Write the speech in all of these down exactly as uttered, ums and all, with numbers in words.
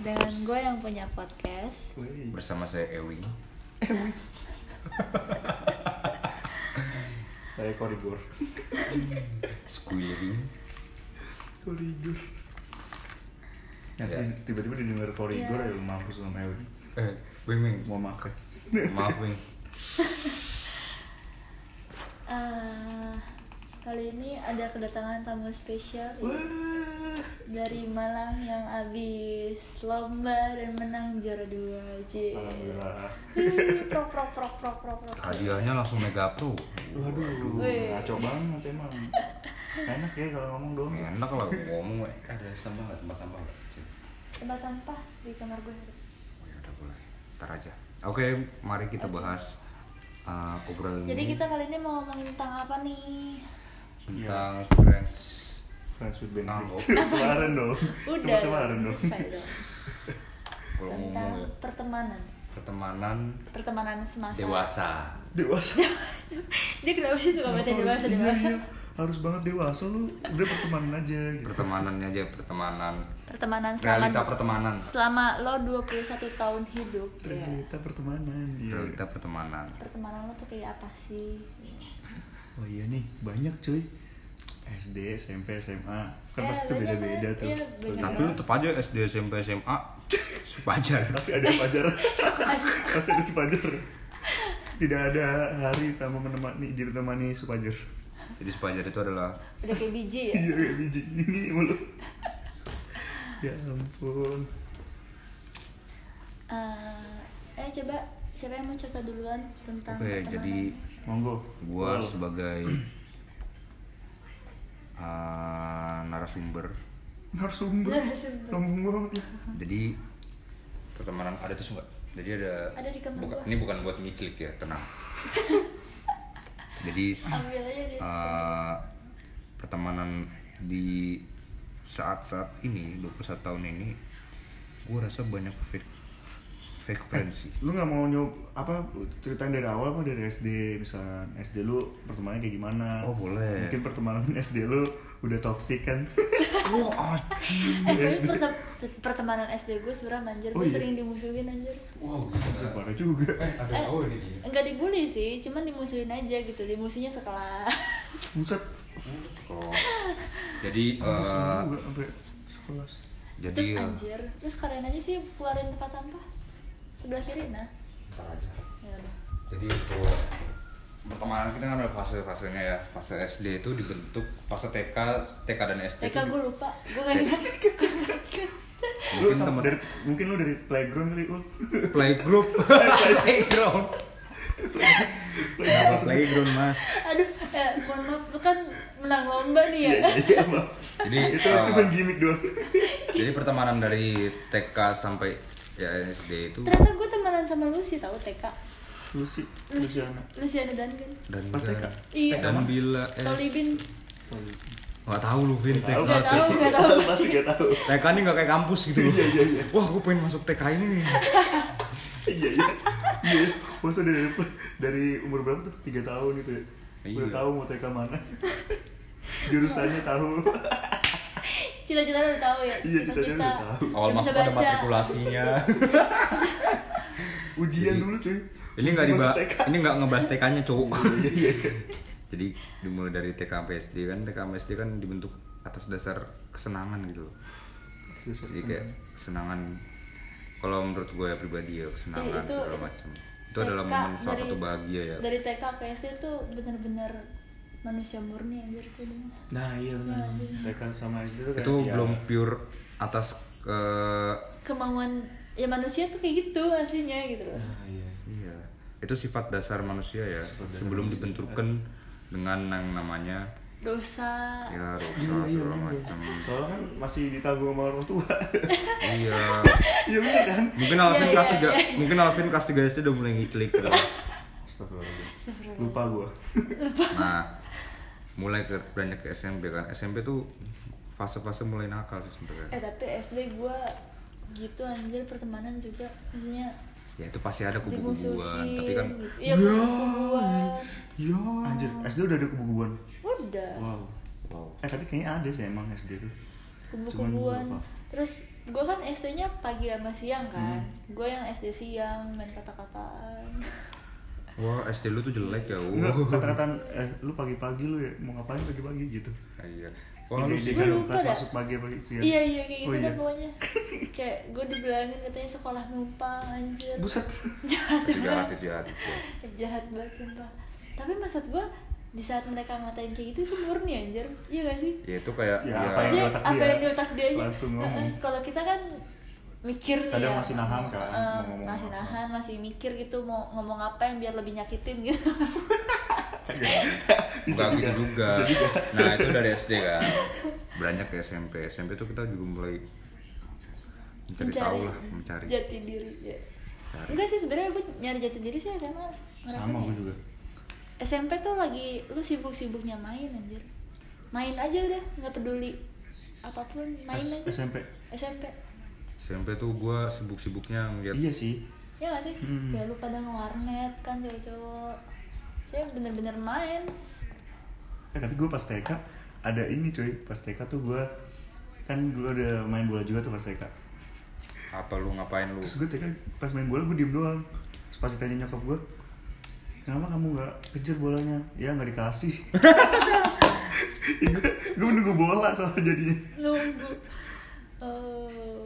dengan gue yang punya podcast. Wih. Bersama saya Ewing. Saya Korigor. Squealing. Korigor. Yang Ya. tiba-tiba didengar Korigor Ya. ya mampus sama Ewing. Eh, Wing Wing. Mau makan. Maaf Wing. Uh, kali ini ada kedatangan tamu spesial Wah. dari Malang yang abis lomba dan menang juara dua. Cie. Alhamdulillah. Ih, Prok prok prok prok prok prok. Hadiahnya langsung Mega Pro. Waduh, Wih. ngaco banget emang. Enak ya kalau ngomong dong. Enak lah ngomong. Eh, ada sampah nggak, tempat sampah nggak? Sini. Tempat sampah di kamar gue ada. Oh ya udah boleh. Ntar aja. Oke, mari kita bahas uh, obrolan Jadi ini kita kali ini mau ngomongin tentang apa nih? tentang friends. Friends with Nanggung. benefit. Kemarin dong. Udah, Kemarin dong. selesai dong. Kalau Tentang ngomong ya, pertemanan. pertemanan Pertemanan semasa. dewasa. Dewasa. Dia kenapa sih suka baca dewasa Iya, dewasa? iya. Harus banget dewasa lu. Udah pertemanan aja gitu. Pertemanannya aja pertemanan. Pertemanan selama Realita pertemanan. selama lo dua puluh satu tahun hidup ya. Realita pertemanan dia. Realita pertemanan. Pertemanan lo tuh kayak apa sih? Oh iya nih, banyak cuy. S D, S M P, S M A. Kan Ya, pasti tuh banyak beda-beda kan? tuh. Iya, banyak. Tapi tetap aja S D, S M P, S M A sepajar. Pasti ada pajar. Pasti ada sepajar. Tidak ada hari kamu menemani ditemani sepajar. Jadi sepajar itu adalah Udah kayak biji ya? Iya kayak biji ini mulu. Ya ampun. Eh, eh coba siapa yang mau cerita duluan tentang oke, pertemanan? jadi Monggo. gua Wow. sebagai uh, narasumber. Narasumber. Narasumber. Lambung banget ya. Jadi pertemanan ada tuh enggak? Jadi ada, Ada di kamar buka, gua. ini bukan buat ngicilik ya, tenang. Jadi Ambil aja deh. uh, pertemanan di saat-saat ini dua puluh satu tahun ini gua rasa banyak fake fake friends sih. Lu nggak mau nyob apa ceritain dari awal apa dari S D misalnya S D lu pertemanannya kayak gimana? Oh, boleh. Mungkin pertemanan S D lu udah toksik kan? Oh, anjing. Eh tapi S D. pertem- pertemanan S D gue sebenernya manjir. Oh, Gue iya? sering dimusuhin anjir. Wow, Anjir, parah juga. Eh, ada Eh, oh ini dia. enggak dibully sih, cuman dimusuhin aja gitu. Dimusuhinnya sekelas. Buset. Oh. Jadi Anjir, eh, semua juga sampai sekelas. jadi Itu eh, anjir. Terus kalian aja sih keluarin tempat sampah. Sebelah kiri nah. ntar aja. Ya udah. Jadi untuk pertemanan kita kan ada fase-fasenya ya. Fase S D itu dibentuk fase T K, T K dan S D. T K gue lupa. Gue gak ingat. Lu Mungkin sama temen dari mungkin lu dari playground kali lu. playgroup. Playground. Kenapa playground, Mas? Aduh, eh, mohon maaf, lu kan menang lomba nih ya. Iya, iya, Bang. Jadi Itu eh, cuma gimmick doang. jadi pertemanan dari T K sampai ya S D itu Ternyata gue temenan sama Lucy tahu T K. Lucy, Lucy, Luciana. Luciana Danvin. dan Pas T K. Iya. dan bila eh Tolibin. nggak tahu lu Vin T K. Tahu Gak pasti. tahu, gak tahu Pasti sih. gak tahu. T K ini nggak kayak kampus gitu loh. Iya, iya, iya. Wah, gue pengen masuk T K ini nih. Iya, iya. Iya. Maksudnya dari dari umur berapa tuh? tiga tahun gitu ya. Udah Iya. tahu mau T K mana. Jurusannya tahu. Cita-cita udah tahu ya. Iya, cita-cita udah tahu. Awal Udah bisa masuk ada baca. matrikulasinya. Ujian Jadi- dulu cuy. Ini nggak Ujian dibahas, masuk T K. ini nggak ngebahas T K-nya cowok. Iya, iya, iya. Jadi dimulai dari T K sampai S D kan, T K sampai S D kan dibentuk atas dasar kesenangan gitu loh. Susah, Jadi susah. kayak kesenangan. Kalau menurut gue ya pribadi ya kesenangan Iya, itu- segala itu- macam. Itu T K adalah momen salah dari- satu bahagia ya. Dari T K ke S D tuh bener-bener manusia murni anjir tuh dia. Nah, iya benar. Iya, T K sama S D tuh kayak Itu ya, belum pure atas ke Kemauan ya manusia tuh kayak gitu aslinya gitu loh. Nah, iya. iya. Itu sifat dasar manusia ya. Sifat dasar Sebelum manusia. dibenturkan dengan yang namanya Dosa. ya dosa Iya, iya, segala bener. macam. Soalnya kan masih ditanggung sama orang tua. Iya. Iya bener kan? Mungkin Alvin Iya, kelas iya, tiga, iya. mungkin Alvin kelas tiga S D udah mulai ngiclik gitu. Astagfirullahaladzim. Astagfirullah. Lupa gua. Nah, mulai ke beranjak ke S M P kan. S M P tuh fase-fase mulai nakal sih sebenarnya. Eh tapi S D gue gitu anjir pertemanan juga maksudnya Ya itu pasti ada kubu-kubuan, dimusuhin tapi kan gitu. Iya kubu-kubuan. ya. Anjir, S D udah ada kubu-kubuan. Udah. Wow. Wow. Eh tapi kayaknya ada sih emang S D tuh. kubu-kubuan. Cuman berapa? Terus gue kan S D-nya pagi sama siang kan, hmm. gue yang S D siang main kata-kataan. Wah, S D lu tuh jelek ya. Enggak, kata-kataan eh lu pagi-pagi lu ya mau ngapain pagi-pagi gitu. Ah, iya. Wah, lu sih Gue kan lupa kelas dah. masuk pagi pagi siang. Iya iya kayak gitu Oh, iya. kan pokoknya. Kayak gue dibilangin katanya sekolah numpang anjir. Buset. Jahat jahat, banget. jahat, jahat. Jahat banget sumpah. Tapi maksud gue di saat mereka ngatain kayak gitu itu murni anjir. Iya gak sih? Ya itu kayak Ya, ya, apa yang di Maksudnya otak apa dia, yang di otak dia aja. langsung ngomong. Heeh, kalau kita kan mikir nih Kadang ya, masih nahan kan, eh, mau ngomong masih apa. nahan, masih mikir gitu mau ngomong apa yang biar lebih nyakitin gitu. Bisa Enggak gitu juga. Bisa juga. Nah, itu dari S D kan. Beranjak ke S M P. S M P tuh kita juga mulai mencari, tahu lah, mencari. jati diri ya. Cari. Enggak sih sebenarnya gue nyari jati diri sih S M A ngerasanya. Sama gue juga. S M P tuh lagi lu sibuk-sibuknya main anjir. Main aja udah, nggak peduli apapun, main S- aja. S M P. S M P. S M P tuh gua sibuk-sibuknya ngeliat Iya sih. Ya gak sih? Hmm. Kayak lu pada nge-warnet kan cowok-cowok. Saya bener-bener main. Eh, tapi gue pas T K ada ini cuy. Pas T K tuh gue kan dulu ada main bola juga tuh pas T K. apa lu ngapain lu. Terus gue T K pas main bola gue diem doang. Terus pas ditanya nyokap gue, kenapa kamu nggak kejar bolanya? Ya nggak dikasih. Ya, gue gue menunggu bola soalnya jadinya. Nunggu. Oh.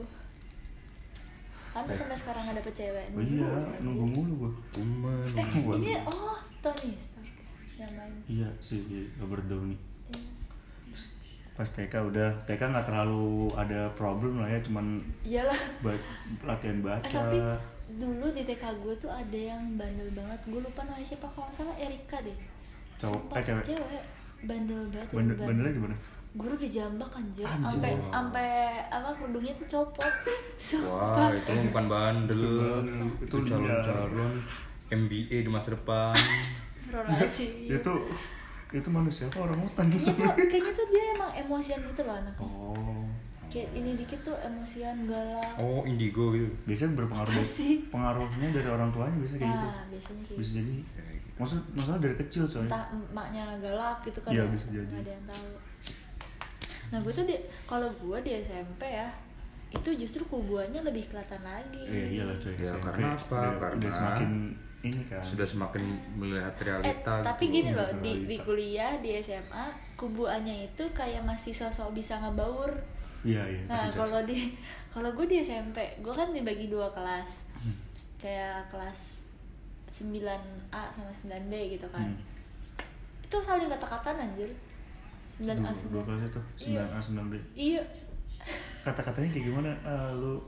Pantes sampai sekarang gak dapet cewek. Oh iya, anjir. nunggu mulu gue. Kuman. Eh, Waduh. ini oh Tony Stark yang main. Iya sih, Robert Downey. Iya. Pas T K udah, T K nggak terlalu ada problem lah ya, cuman Iyalah. ba- latihan baca. Eh, tapi dulu di T K gue tuh ada yang bandel banget. Gue lupa namanya siapa, kalau nggak salah Erika deh. Cowok- Sumpah, eh, cewek? cewek bandel banget. Bandel, bandel. bandelnya gimana? Guru dijambak anjir, Anjir. sampai sampai apa kerudungnya tuh copot. Wah, Sumpah. itu mah bukan bandel. Bandel, Itu itu liar. calon-calon M B A di masa depan. Relasi. Itu itu manusia apa orang hutan tuh Kayaknya tuh, sebenarnya? kayaknya tuh dia emang emosian gitu loh anaknya. Oh, Kayak ini dikit tuh emosian, galak. Oh, indigo gitu. biasanya berpengaruh Apa dari sih? pengaruhnya dari orang tuanya biasanya kayak gitu. Nah, biasanya kayak Bisa gitu. jadi, maksud masalah dari kecil coy. Entah emaknya galak gitu kan Iya, ya, bisa jadi. nggak ada yang tahu. Nah gue tuh di, kalau gue di S M P ya, itu justru kubuannya lebih kelihatan lagi. Iya iyalah coy. Ya, S M P karena apa? Udah, Karena udah semakin ini kan. Sudah semakin melihat Eh, realita tapi gitu. gini loh, Realita. di, di kuliah, di S M A, kubuannya itu kayak masih sosok bisa ngebaur. Iya iya. Nah pasti, kalau di kalau gue di S M P, gue kan dibagi dua kelas, Hmm. kayak kelas sembilan A sama sembilan B gitu kan. Hmm. Itu saling kata-kataan anjir. sembilan A Dua, dua sembilan kelas itu, sembilan A sembilan B. Iya. Kata-katanya kayak gimana? Ah, lu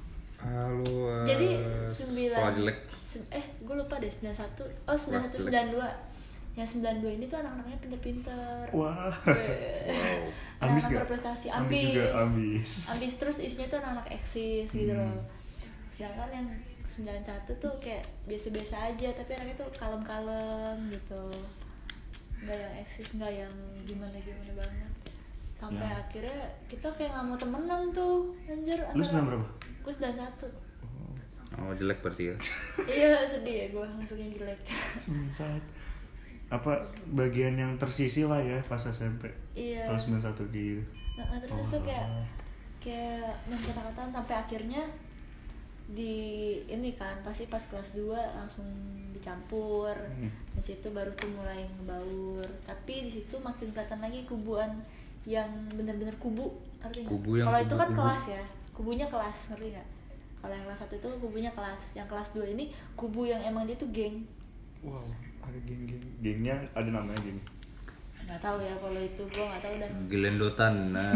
Halo. Jadi eh, sembilan sekolah jelek. sem- eh gue lupa deh sembilan satu oh sembilan satu Kelas sembilan dua yang sembilan dua ini tuh anak-anaknya pinter-pinter. wah. Weh. Wow. Ambis Anak-anak gak? berprestasi, Ambis ambis. juga, ambis. Ambis terus isinya tuh anak-anak eksis gitu Hmm. loh. Sedangkan yang sembilan satu tuh kayak biasa-biasa aja tapi anaknya tuh kalem-kalem gitu. Nggak yang eksis, nggak yang gimana-gimana banget. Sampai Ya. akhirnya kita kayak nggak mau temenan tuh anjir. Lu sembilan berapa? Gue sembilan satu. Oh, jelek berarti ya. Iya sedih ya gue masuknya jelek. Sembilan saat. Apa bagian yang tersisi lah ya pas S M P. Iya. Kalau sembilan satu gitu. Nah, terus tuh Oh. kayak kayak main kata-kataan sampai akhirnya di ini kan pasti pas kelas dua langsung dicampur. Hmm. Di situ baru tuh mulai ngebaur. Tapi di situ makin kelihatan lagi kubuan yang benar-benar kubu, artinya. Kubu yang Kalau itu kan kubu-kubu. kelas ya. Kubunya kelas, ngerti nggak? Kalau yang kelas satu itu kubunya kelas. Yang kelas dua ini kubu yang emang dia tuh geng. Wow, ada geng-geng. Gengnya ada namanya geng. Nggak tahu ya kalau itu gue nggak tahu dah. Gelendotan. Nah.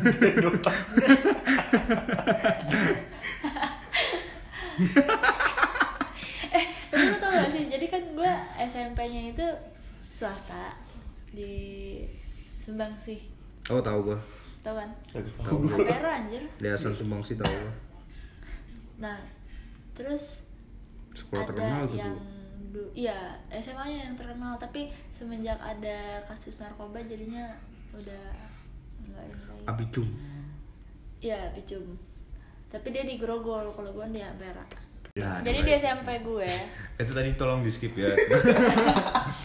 Eh, tapi lu tau gak sih? Jadi kan gue S M P-nya itu swasta di Sumbangsih, Oh, tahu gua. tau kan? Tahu. Tahu gua. Ampera anjir. Di asal Sumbangsi tahu gua. Nah, terus Sekolah ada terkenal tuh yang tuh. du- iya S M A-nya yang terkenal, tapi semenjak ada kasus narkoba jadinya udah nggak ini lagi. Abicum. Iya, Picum. Tapi dia di Grogol, kalau gue di Ampera. Nah, Jadi di S M P gue itu tadi tolong di skip ya.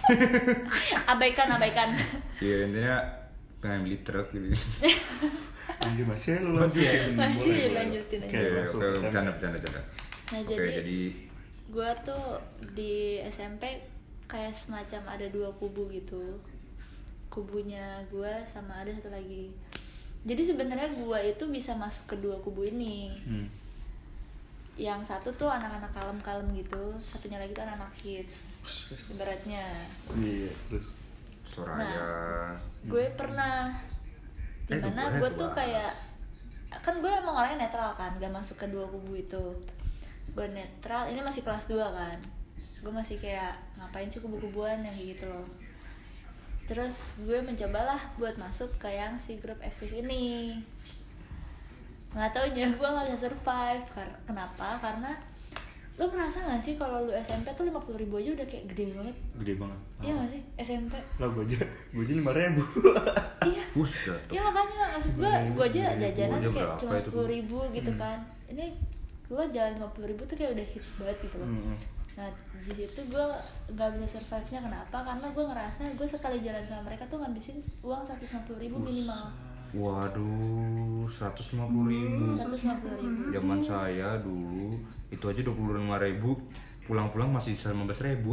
abaikan abaikan. Ya intinya pengen beli truk gitu. Anjir masih lu lanjutin. Masih Boleh, boleh. lanjutin aja. Oke, Oke, masuk. oke, bercanda, bercanda, bercanda. Nah Oke, jadi, jadi gue tuh di S M P kayak semacam ada dua kubu gitu, kubunya gue sama ada satu lagi. Jadi sebenarnya gue itu bisa masuk ke dua kubu ini. Hmm. Yang satu tuh anak-anak kalem-kalem gitu, satunya lagi tuh anak-anak hits ibaratnya. Iya, terus Soraya. Nah, gue pernah Eh, dimana gue gue tuh bahas. kayak kan gue emang orangnya netral kan, gak masuk ke dua kubu itu. Gue netral, ini masih kelas dua kan, gue masih kayak ngapain sih kubu-kubuan yang kayak gitu loh. Terus gue mencobalah buat masuk ke yang si grup eksis ini. Nggak taunya gue nggak bisa survive. Kar- kenapa? Karena lo ngerasa nggak sih kalau lu S M P tuh lima puluh ribu aja udah kayak gede banget. gede banget. Iya nggak sih S M P? Lah gue aja, gue aja lima ribu. Iya. Bus dah tuh. Ya makanya maksud gue, gue aja jajanan aja kayak berapa cuma itu, sepuluh Bu? ribu gitu kan. Ini gue jalan lima puluh ribu tuh kayak udah hits banget gitu loh. Hmm. Nah di situ gue nggak bisa survive-nya kenapa? Karena gue ngerasa gue sekali jalan sama mereka tuh ngabisin uang seratus lima puluh ribu minimal. Waduh, seratus lima puluh ribu. Seratus lima puluh ribu. Zaman saya dulu itu aja dua puluh lima ribu, pulang-pulang masih sisa lima belas ribu.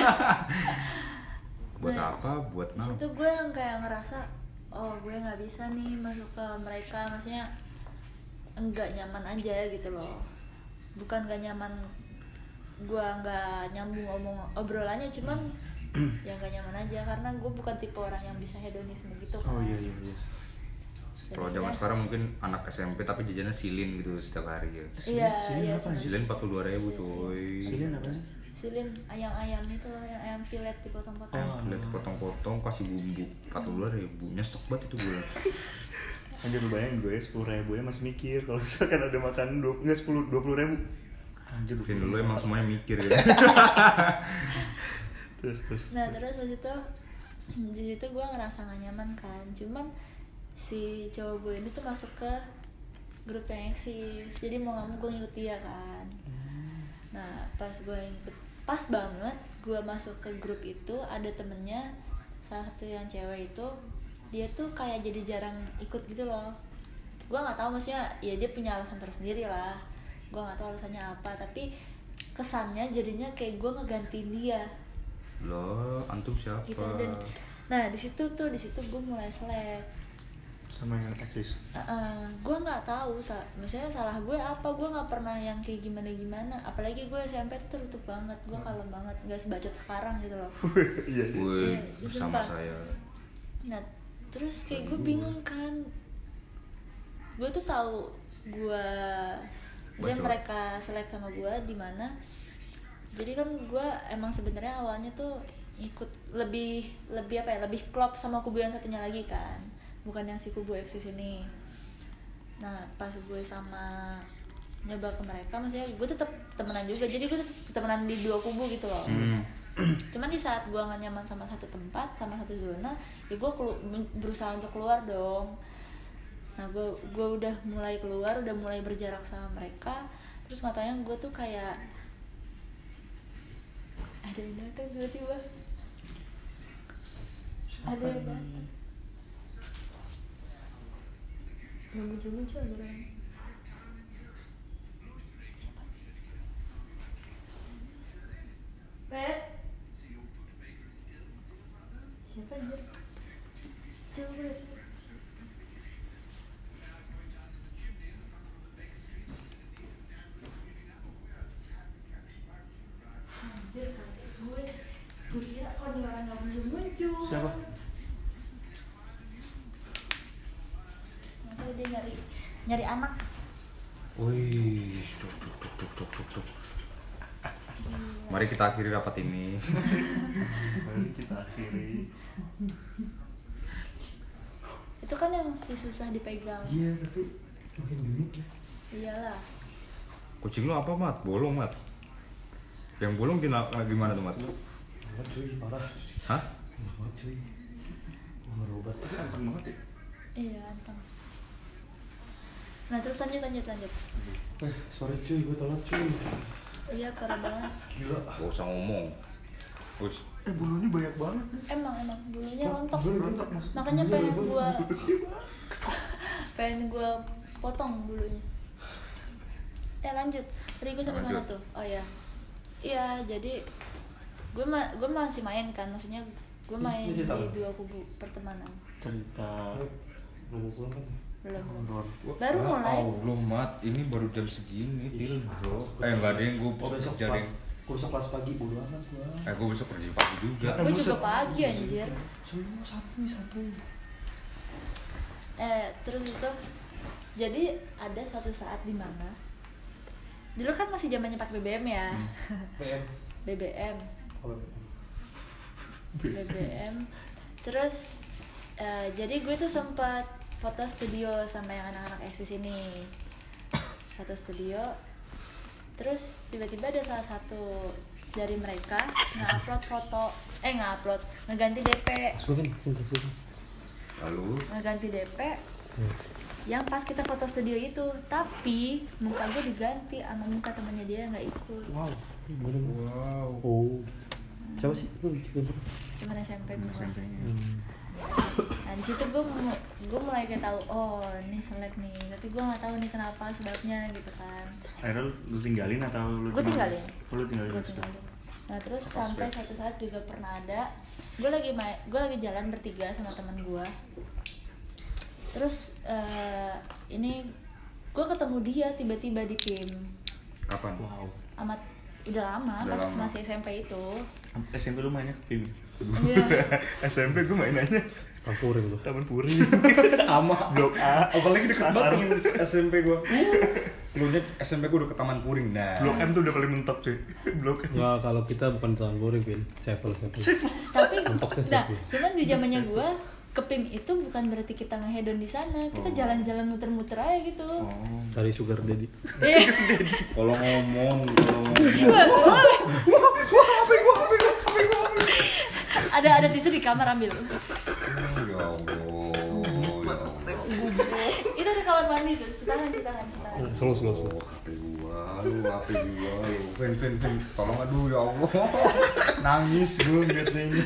Buat Nah, apa? Buat Di apa? situ gue yang kayak ngerasa, oh gue nggak bisa nih masuk ke mereka, maksudnya enggak nyaman aja gitu loh. Bukan gak nyaman, gue nggak nyambung ngomong obrolannya, cuman ya nggak nyaman aja karena gue bukan tipe orang yang bisa hedonisme gitu kan. Oh iya iya iya. Kalau Jadinya- zaman sekarang mungkin anak S M P tapi jajannya silin gitu setiap hari ya. Iya, Silin iya. apa sih? Silin empat puluh dua ribu coy. Silin apa sih? Silin ayam-ayam itu loh, yang ayam filet dipotong-potong. Oh. Lihat potong-potong kasih bumbu empat puluh dua ribu, nyesek banget itu gue. Anjir lu bayangin gue sepuluh ribu ya masih mikir kalau misalkan ada makanan dua enggak sepuluh dua puluh ribu. Anjir Vin lu emang semuanya mikir ya. terus terus. Nah terus pas itu di situ gue ngerasa gak nyaman kan, cuman si cowok gue ini tuh masuk ke grup yang eksis, jadi mau nggak mau gue ngikut dia kan. Nah pas gue ngikut, pas banget gue masuk ke grup itu ada temennya, salah satu yang cewek itu dia tuh kayak jadi jarang ikut gitu loh. Gue nggak tahu, maksudnya ya dia punya alasan tersendiri lah, gue nggak tahu alasannya apa, tapi kesannya jadinya kayak gue ngegantiin dia Loh, antum siapa? gitu. Dan nah di situ tuh di situ gue mulai selek. Sama yang eksis. Uh, gue nggak tahu, sal- maksudnya salah gue apa, gue nggak pernah yang kayak gimana gimana, apalagi gue S M P tuh tertutup banget, gue kalem banget, nggak sebacot sekarang gitu loh. Iya. iya. Wih, Iya, bersama sumpah. saya. Nah terus kayak gue bingung kan, gue tuh tahu gue, maksudnya Bacot. mereka selek sama gue di mana, jadi kan gue emang sebenarnya awalnya tuh ikut lebih lebih apa ya, lebih klop sama kubu yang satunya lagi kan, bukan yang si kubu eksis ini. Nah pas gue sama nyoba ke mereka, maksudnya gue tetap temenan juga, jadi gue tetap temenan di dua kubu gitu loh. Hmm. Cuman di saat gue gak nyaman sama satu tempat, sama satu zona, ya gue kelu- berusaha untuk keluar dong. Nah gue gue udah mulai keluar, udah mulai berjarak sama mereka, terus nggak taunya gue tuh kayak ada yang datang tiba-tiba, ada yang datang, nggak muncul-muncul ada orang. Siapa? Pet? Siapa dia? Coba. Anjir, kakek gue. Gue kira kok nih orang gak muncul-muncul. Siapa? Nggak tahu, dia nyari nyari anak. Wih, cuk, cuk, cuk, cuk, cuk, cuk, cuk. Mari kita akhiri rapat ini. Mari kita akhiri. Itu kan yang si susah dipegang. Iya tapi makin unik ya. Iyalah. Kucing lu apa, Mat? Bolong, Mat. Yang bolong gimana, gimana tuh, Mat? Banget cuy, parah. Hah? Banget cuy. Gue ngerobat tapi anteng banget ya. Iya, anteng. Nah terus lanjut lanjut lanjut. Eh sorry cuy, gue telat cuy. Iya parah banget. Gila. Gak usah ngomong. Wis. Eh bulunya banyak banget. Emang emang bulunya rontok. Bulu rontok, Mas. Makanya Iya, pengen bulu. gua pengen gue potong bulunya. Ya lanjut, tadi gue sampai mana Lanjut. tuh? Oh ya, iya jadi gue ma gue masih main kan, maksudnya gue main Ini di cerita apa? dua kubu pertemanan. Cerita Nunggu pulang kan? Belum belum. horor. Baru Ya mulai. Allah mat, ini baru jam segini til bro. Eh nggak ada yang gue Oh besok jadi. kelas, gue besok kelas pagi bodo amat gua. Eh gue besok kerja pagi juga. Gue juga pagi anjir. Semua satu satu. Eh terus itu, jadi ada suatu saat di mana dulu kan masih zamannya pakai B B M ya. P M. B B M. Kalau B B M. Terus eh, jadi gue tuh sempat foto studio sama yang anak-anak eksis ini. Foto studio. Terus tiba-tiba ada salah satu dari mereka nge-upload foto, eh nge-upload, ngeganti D P, Sebagian, sebagian. Lalu ngeganti D P yang pas kita foto studio itu, tapi muka gue diganti sama muka temannya dia, nggak ikut. Wow. Gimana? wow. Oh. Siapa sih? Lu cerita berapa? Cuman S M P gue. Hmm. Nah di situ gue gue mulai kayak tahu, oh ini selek nih, tapi gue nggak tahu nih kenapa sebabnya gitu kan. Akhirnya lu tinggalin atau lu Gue cuma- tinggalin. Oh, lu tinggalin. Gue tinggalin. Nah terus sampai satu saat juga pernah ada, gue lagi main, gue lagi jalan bertiga sama teman gue. Terus eh, ini gue ketemu dia tiba-tiba di P I M. Kapan? Wow. Amat udah lama, Udah pas lama. masih S M P itu. S M P lu mainnya ke P I M? Iya. S M P gue mainannya Kampuring tuh. Taman Puri. Sama. Blok A. Apalagi dekat Kasar. banget sama S M P gue. Lu nih S M P gue udah ke Taman Puring nah. Blok M tuh udah paling mentok cuy. Blok M. Ya kalau kita bukan kampuring, Pin. Sevel, sevel. Tapi Mentoknya nah, siapa? cuman di zamannya gue ke P I M itu bukan berarti kita ngehedon di sana, kita jalan-jalan muter-muter aja gitu. Oh. Cari sugar daddy. Eh, Kalau ngomong, kalau ngomong. gua tuh. Ada ada tisu di kamar, ambil. Oh, ya Allah. Ya Allah. Itu ada kamar mandi tuh, cuci tangan, cuci tangan, cuci tangan. Slow, slow, slow. Oh, H P gua, lu H P gua, lu. Fen, fen, fen. Tolong aduh ya Allah. Nangis gua ngeliatnya ini.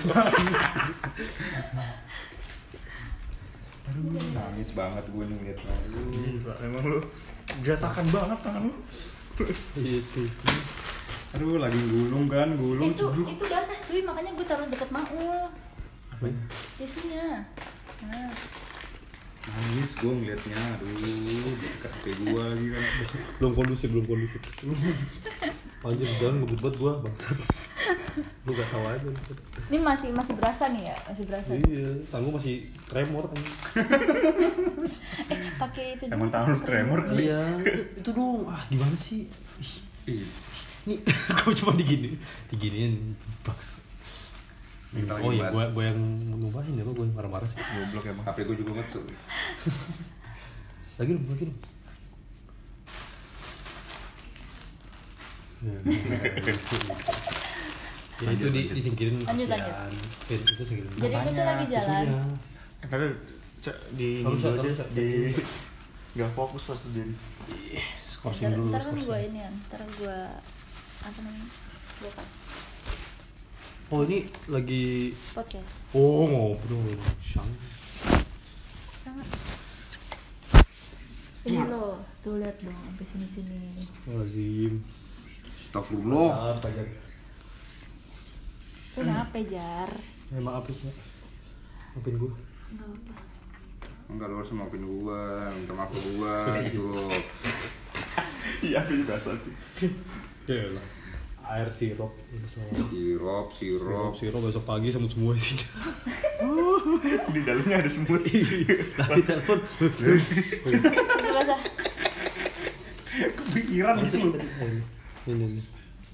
Aduh, nangis banget gua nih ngeliatnya. Aduh. Gila, emang lu geratakan banget tangan lu. Iya cuy. Aduh, lagi gulung kan, gulung. Itu Aduh. itu basah cuy, makanya gue taruh deket Maul Apa ya? tisunya. Nah, Nangis gua ngeliatnya. Aduh, dekat H P gua lagi kan. Belum kondusif, belum kondusif. Anjir, jangan ngebut banget gua, bangsat. Lu gak tahu aja. ini masih masih berasa nih ya, masih berasa. Iya, tangan gua masih tremor kan. Eh, pakai itu Emang dulu, tangan lu spray. tremor kali. Iya, itu, itu dong. Ah, gimana sih? Ih, Ih, nih gua cuma digini, diginiin baks. minta lagi Oh iya, bahas. gua gua yang ngumpahin ya, gua yang marah-marah sih. Goblok emang. H P gua juga ngesul. Lagi dong, lagi dong. Ya, itu di, disingkirin. Lanjut, ya, lanjut. Pin, itu singkirin. Jadi gue tuh lagi jalan. Isunya. Karena cek di Harus, Indo harus, aja harus. di nggak fokus pas dia. Skorsing Ntar, dulu, ntar kan gue skorsing. ini ya, ntar gue apa namanya, gue kan Oh ini lagi. podcast. Oh ngobrol, Syang. Sangat. Ini loh, tuh lihat dong sampai sini sini. Lazim. Astagfirullah. Apa aja? Kenapa jar? Eh maaf ya. Maafin gua. Nggak apa. Enggak, lu harus maafin gua, minta maaf ke gua gitu loh. Iya, aku juga basah sih. Ya lah. Air sirup itu selalu. Sirup, Sirup, sirup. sirup besok pagi semut semua isinya. Di dalamnya ada semut. Tadi telepon. Itu basah. Kepikiran gitu loh. Ini ini.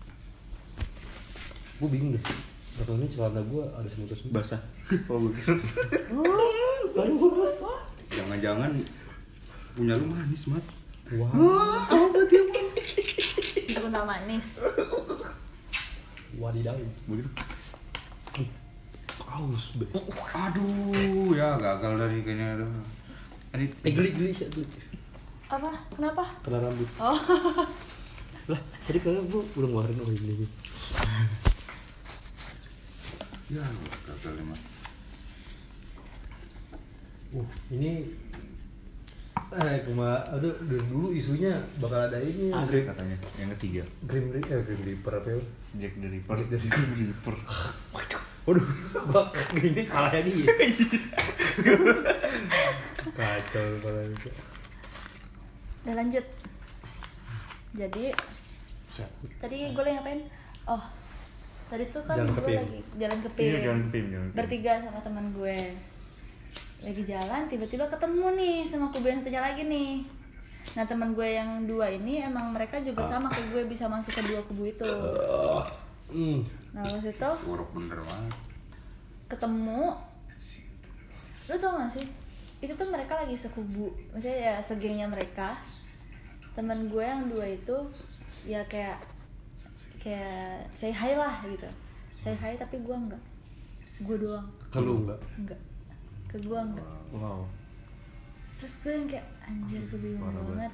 Gua bingung deh. Katanya celana gua ada semut-semut. Basah. Oh, gue kira. Lalu gua basah. Jangan-jangan punya lu manis, Mat. Wah. Oh, berarti apa? Itu kental manis. Wadidaw. Begitu. Aus. be. Aduh, ya gagal dari kayaknya aduh. Ini Eh geli geli sih. Apa? Kenapa? Kena rambut. Oh. Lah, tadi kalian gua udah ngeluarin oh ini. ya gagal ya, Mat. Uh, ini Eh, cuma aduh dari dulu isunya bakal ada ini Ada Grim, katanya yang ketiga. Grim, Ri- eh Grim Reaper apa ya? Jack the Ripper. Jack the Grim Reaper. Waduh, bak gini kalahnya dia. Kacau kepala itu. Udah lanjut. Jadi tadi gue lagi ngapain? Oh, tadi tuh kan Jalan ke gue P I M. lagi jalan ke P I M. Iya, jalan ke P I M, jalan ke P I M. Bertiga sama teman gue. Lagi jalan, tiba-tiba ketemu nih sama kubu yang satunya lagi nih. Nah teman gue yang dua ini emang mereka juga sama kayak gue, bisa masuk ke dua kubu itu. Hmm. Nah pas itu Buruk bener banget. ketemu, lu tau gak sih? Itu tuh mereka lagi sekubu, maksudnya ya segengnya mereka. Teman gue yang dua itu ya kayak kayak say hi lah gitu, say hi tapi gue enggak, gue doang, Kalau enggak. enggak, ke gue enggak. Wow. Terus gue yang kayak anjir, gue bingung Parah banget.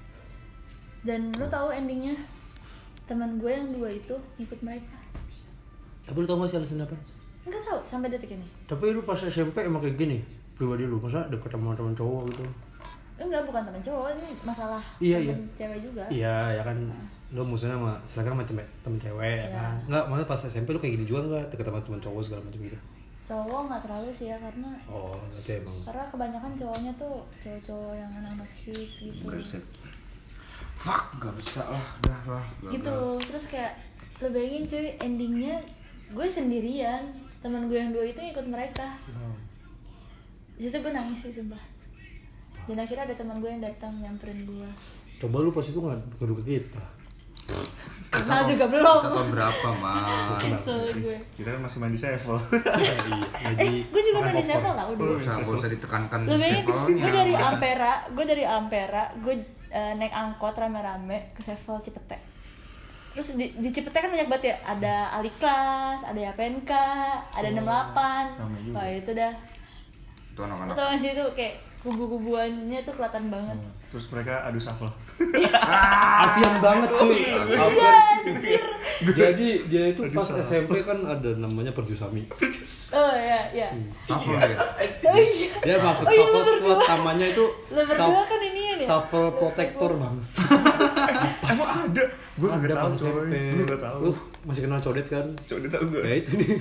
Dan lu tahu endingnya, teman gue yang dua itu ikut mereka. Tapi lu tau gak sih alasan apa? Enggak tahu sampai detik ini. Tapi lu pas S M P emang kayak gini pribadi lu, masa deket sama teman cowok gitu? Enggak, bukan teman cowok, ini masalah Iya, temen iya. cewek juga. Iya, ya kan lu musuhnya sama silakan sama temen, temen cewek ya Iya. kan. Enggak, maksudnya pas S M P lu kayak gini juga enggak deket sama teman cowok segala macam gitu. Cowok nggak terlalu sih ya, karena Oh, berarti emang. karena kebanyakan cowoknya tuh cowok-cowok yang anak-anak hits gitu. Brengsek. Fuck, gak bisa lah, dah lah. gagal. Gitu. Terus kayak lo bayangin cuy, endingnya gue sendirian, teman gue yang dua itu ikut mereka. Di situ gue nangis sih sumpah. Dan akhirnya ada teman gue yang datang nyamperin gue. Coba lu pas itu nggak ngadu ke kita. Kenal juga belum. Kita tahun berapa, Mas? Kesel gue. Kita kan masih main di Sevel. Eh, gue juga main di Sevel tau dulu. Gak usah, gak usah ditekankan Lo bayangin, levelnya. gue dari Ampera, gue dari Ampera, gue uh, naik angkot rame-rame ke Sevel Cipete. Terus di, di Cipete kan banyak banget ya, ada Aliklas, ada Y P N K, ada enam puluh delapan. Ramai juga. Wah itu dah. Itu anak-anak. Lo tau gak sih itu kayak kubu-kubuannya tuh kelihatan banget. Terus mereka adu shuffle. Alfian banget cuy. Iya anjir. Jadi dia itu Aduh, pas salah. S M P kan ada namanya Perjusami. Oh iya, iya. Shuffle ya? Oh iya. Dia masuk Oh iya, shuffle lo berdua. squad, namanya itu Lo berdua kan ini ya? shuffle protector bangsa. Emang ada? Gue Ada nggak tahu pas S M coy. P. Gue nggak tahu. Lu masih kenal Codet kan? Coba dia tahu gue. Ya itu nih.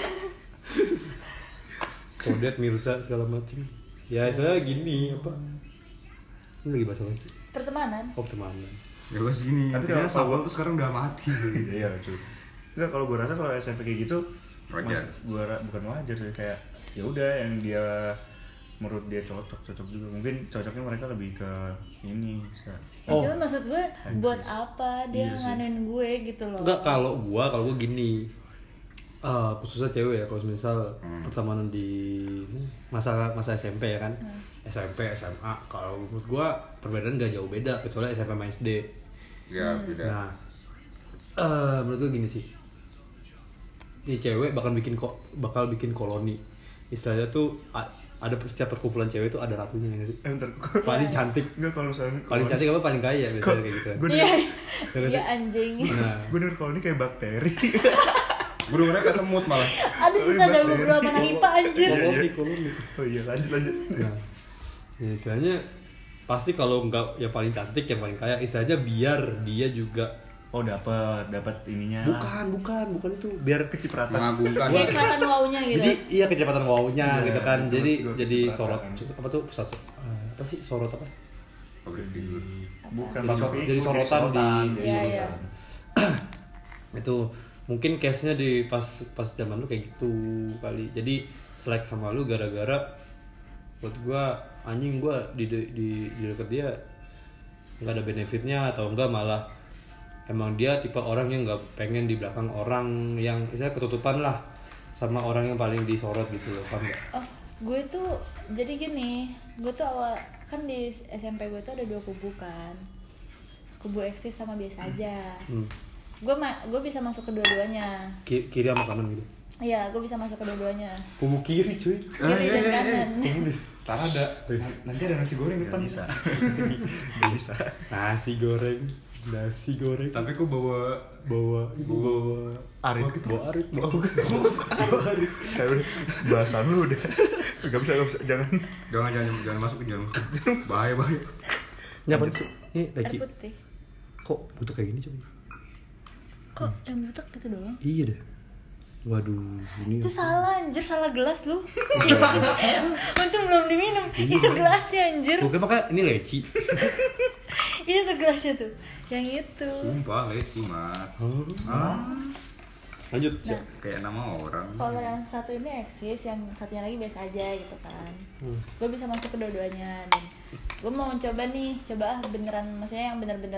Codet, Mirza segala macam. Ya saya gini apa? Ini lagi bahasa apa sih? Pertemanan. Oh temenan. Ya gue segini, Tapi intinya kalau- Shuffle tuh sekarang udah mati. Iya cuy. Enggak, kalau gue rasa kalau S M P kayak gitu Wajar. gue bukan wajar sih, kayak ya udah yang dia menurut dia cocok cocok juga. Mungkin cocoknya mereka lebih ke ini bisa. Ya, Oh. cuman maksud gue buat Eksis. apa dia Iya sih. nganuin gue gitu loh. Enggak, kalau gua kalau gua gini. Eh, khususnya cewek ya, kalau misal Hmm. pertemanan di masa masa S M P ya kan, Hmm. S M P, S M A, kalau menurut gua perbedaan gak jauh beda kecuali S M P sama S D. Ya, beda. Nah, eh menurut gua gini sih, ini cewek bakal bikin kok bakal bikin koloni, istilahnya tuh a- ada setiap perkumpulan cewek tuh ada ratunya ya nggak sih? Eh bentar. Paling cantik, Enggak, kalau misalnya paling cantik apa paling kaya biasanya kayak gitu kan. Gue Iya. denger, Iya Iya sih? anjing. Nah, gue denger kalau ini kayak bakteri. Gue dengernya kayak semut malah. Aduh susah dah gue berdua sama anak I P A anjir. koloni, koloni. Oh iya, lanjut lanjut. Nah, ya istilahnya pasti kalau nggak yang paling cantik, yang paling kaya, istilahnya biar dia juga Oh dapat dapat ininya. lah. bukan bukan bukan itu biar Kecipratan. Mengagumkan. Kayak kelihatan wow-nya gitu. jadi iya kecepatan wow-nya Iya, gitu kan, itu jadi gua jadi kecipratan. sorot apa tuh satu apa sih sorot apa Public figure. Bukan Jadi Bang sor- Figur, jadi sorotan di- jadi Iya, sorotan. iya. itu mungkin case nya di pas pas zaman lu kayak gitu kali, jadi selek sama lu gara-gara buat gua anjing gua di di di, di deket dia nggak ada benefitnya, atau enggak malah emang dia tipe orang yang nggak pengen di belakang orang yang istilah ketutupan lah sama orang yang paling disorot gitu loh, paham nggak? Oh, gue tuh jadi gini, gue tuh awal kan di S M P gue tuh ada dua kubu kan, kubu eksis sama biasa aja. Hmm. Gue ma- gue bisa masuk kedua-duanya. Ki- kiri sama kanan gitu. Iya, gue bisa masuk kedua-duanya. Kubu kiri cuy. Kiri dan kanan. Komunis. Ntar ada. Nanti ada nasi goreng Nggak depan. bisa. Nggak bisa. Nasi goreng. nasi goreng. Tapi kok bawa bawa ibu bawa Arit. bawa arit bawa Bawa Arit. Kayak udah bahasan lu udah. Gak bisa, gak bisa, jangan. jangan jangan jangan masuk jangan masuk. Bahaya bahaya. Nyapa sih? Nih Air leci. putih. Kok butuh kayak gini coy? Kok yang butek gitu doang? Iya deh. Waduh, ini Itu salah anjir, salah gelas lu. Untung belum diminum. Itu gelasnya anjir. Oke, makanya ini leci. Itu gelasnya tuh. Yang itu. Sumpah leci mat. Oh. Ah, Lanjut, Nah, Cak. kayak nama orang. kalau yang satu ini eksis, yang satunya lagi biasa aja gitu kan. Hmm. Gue bisa masuk ke dua-duanya dan gue mau mencoba nih, coba ah beneran, maksudnya yang bener-bener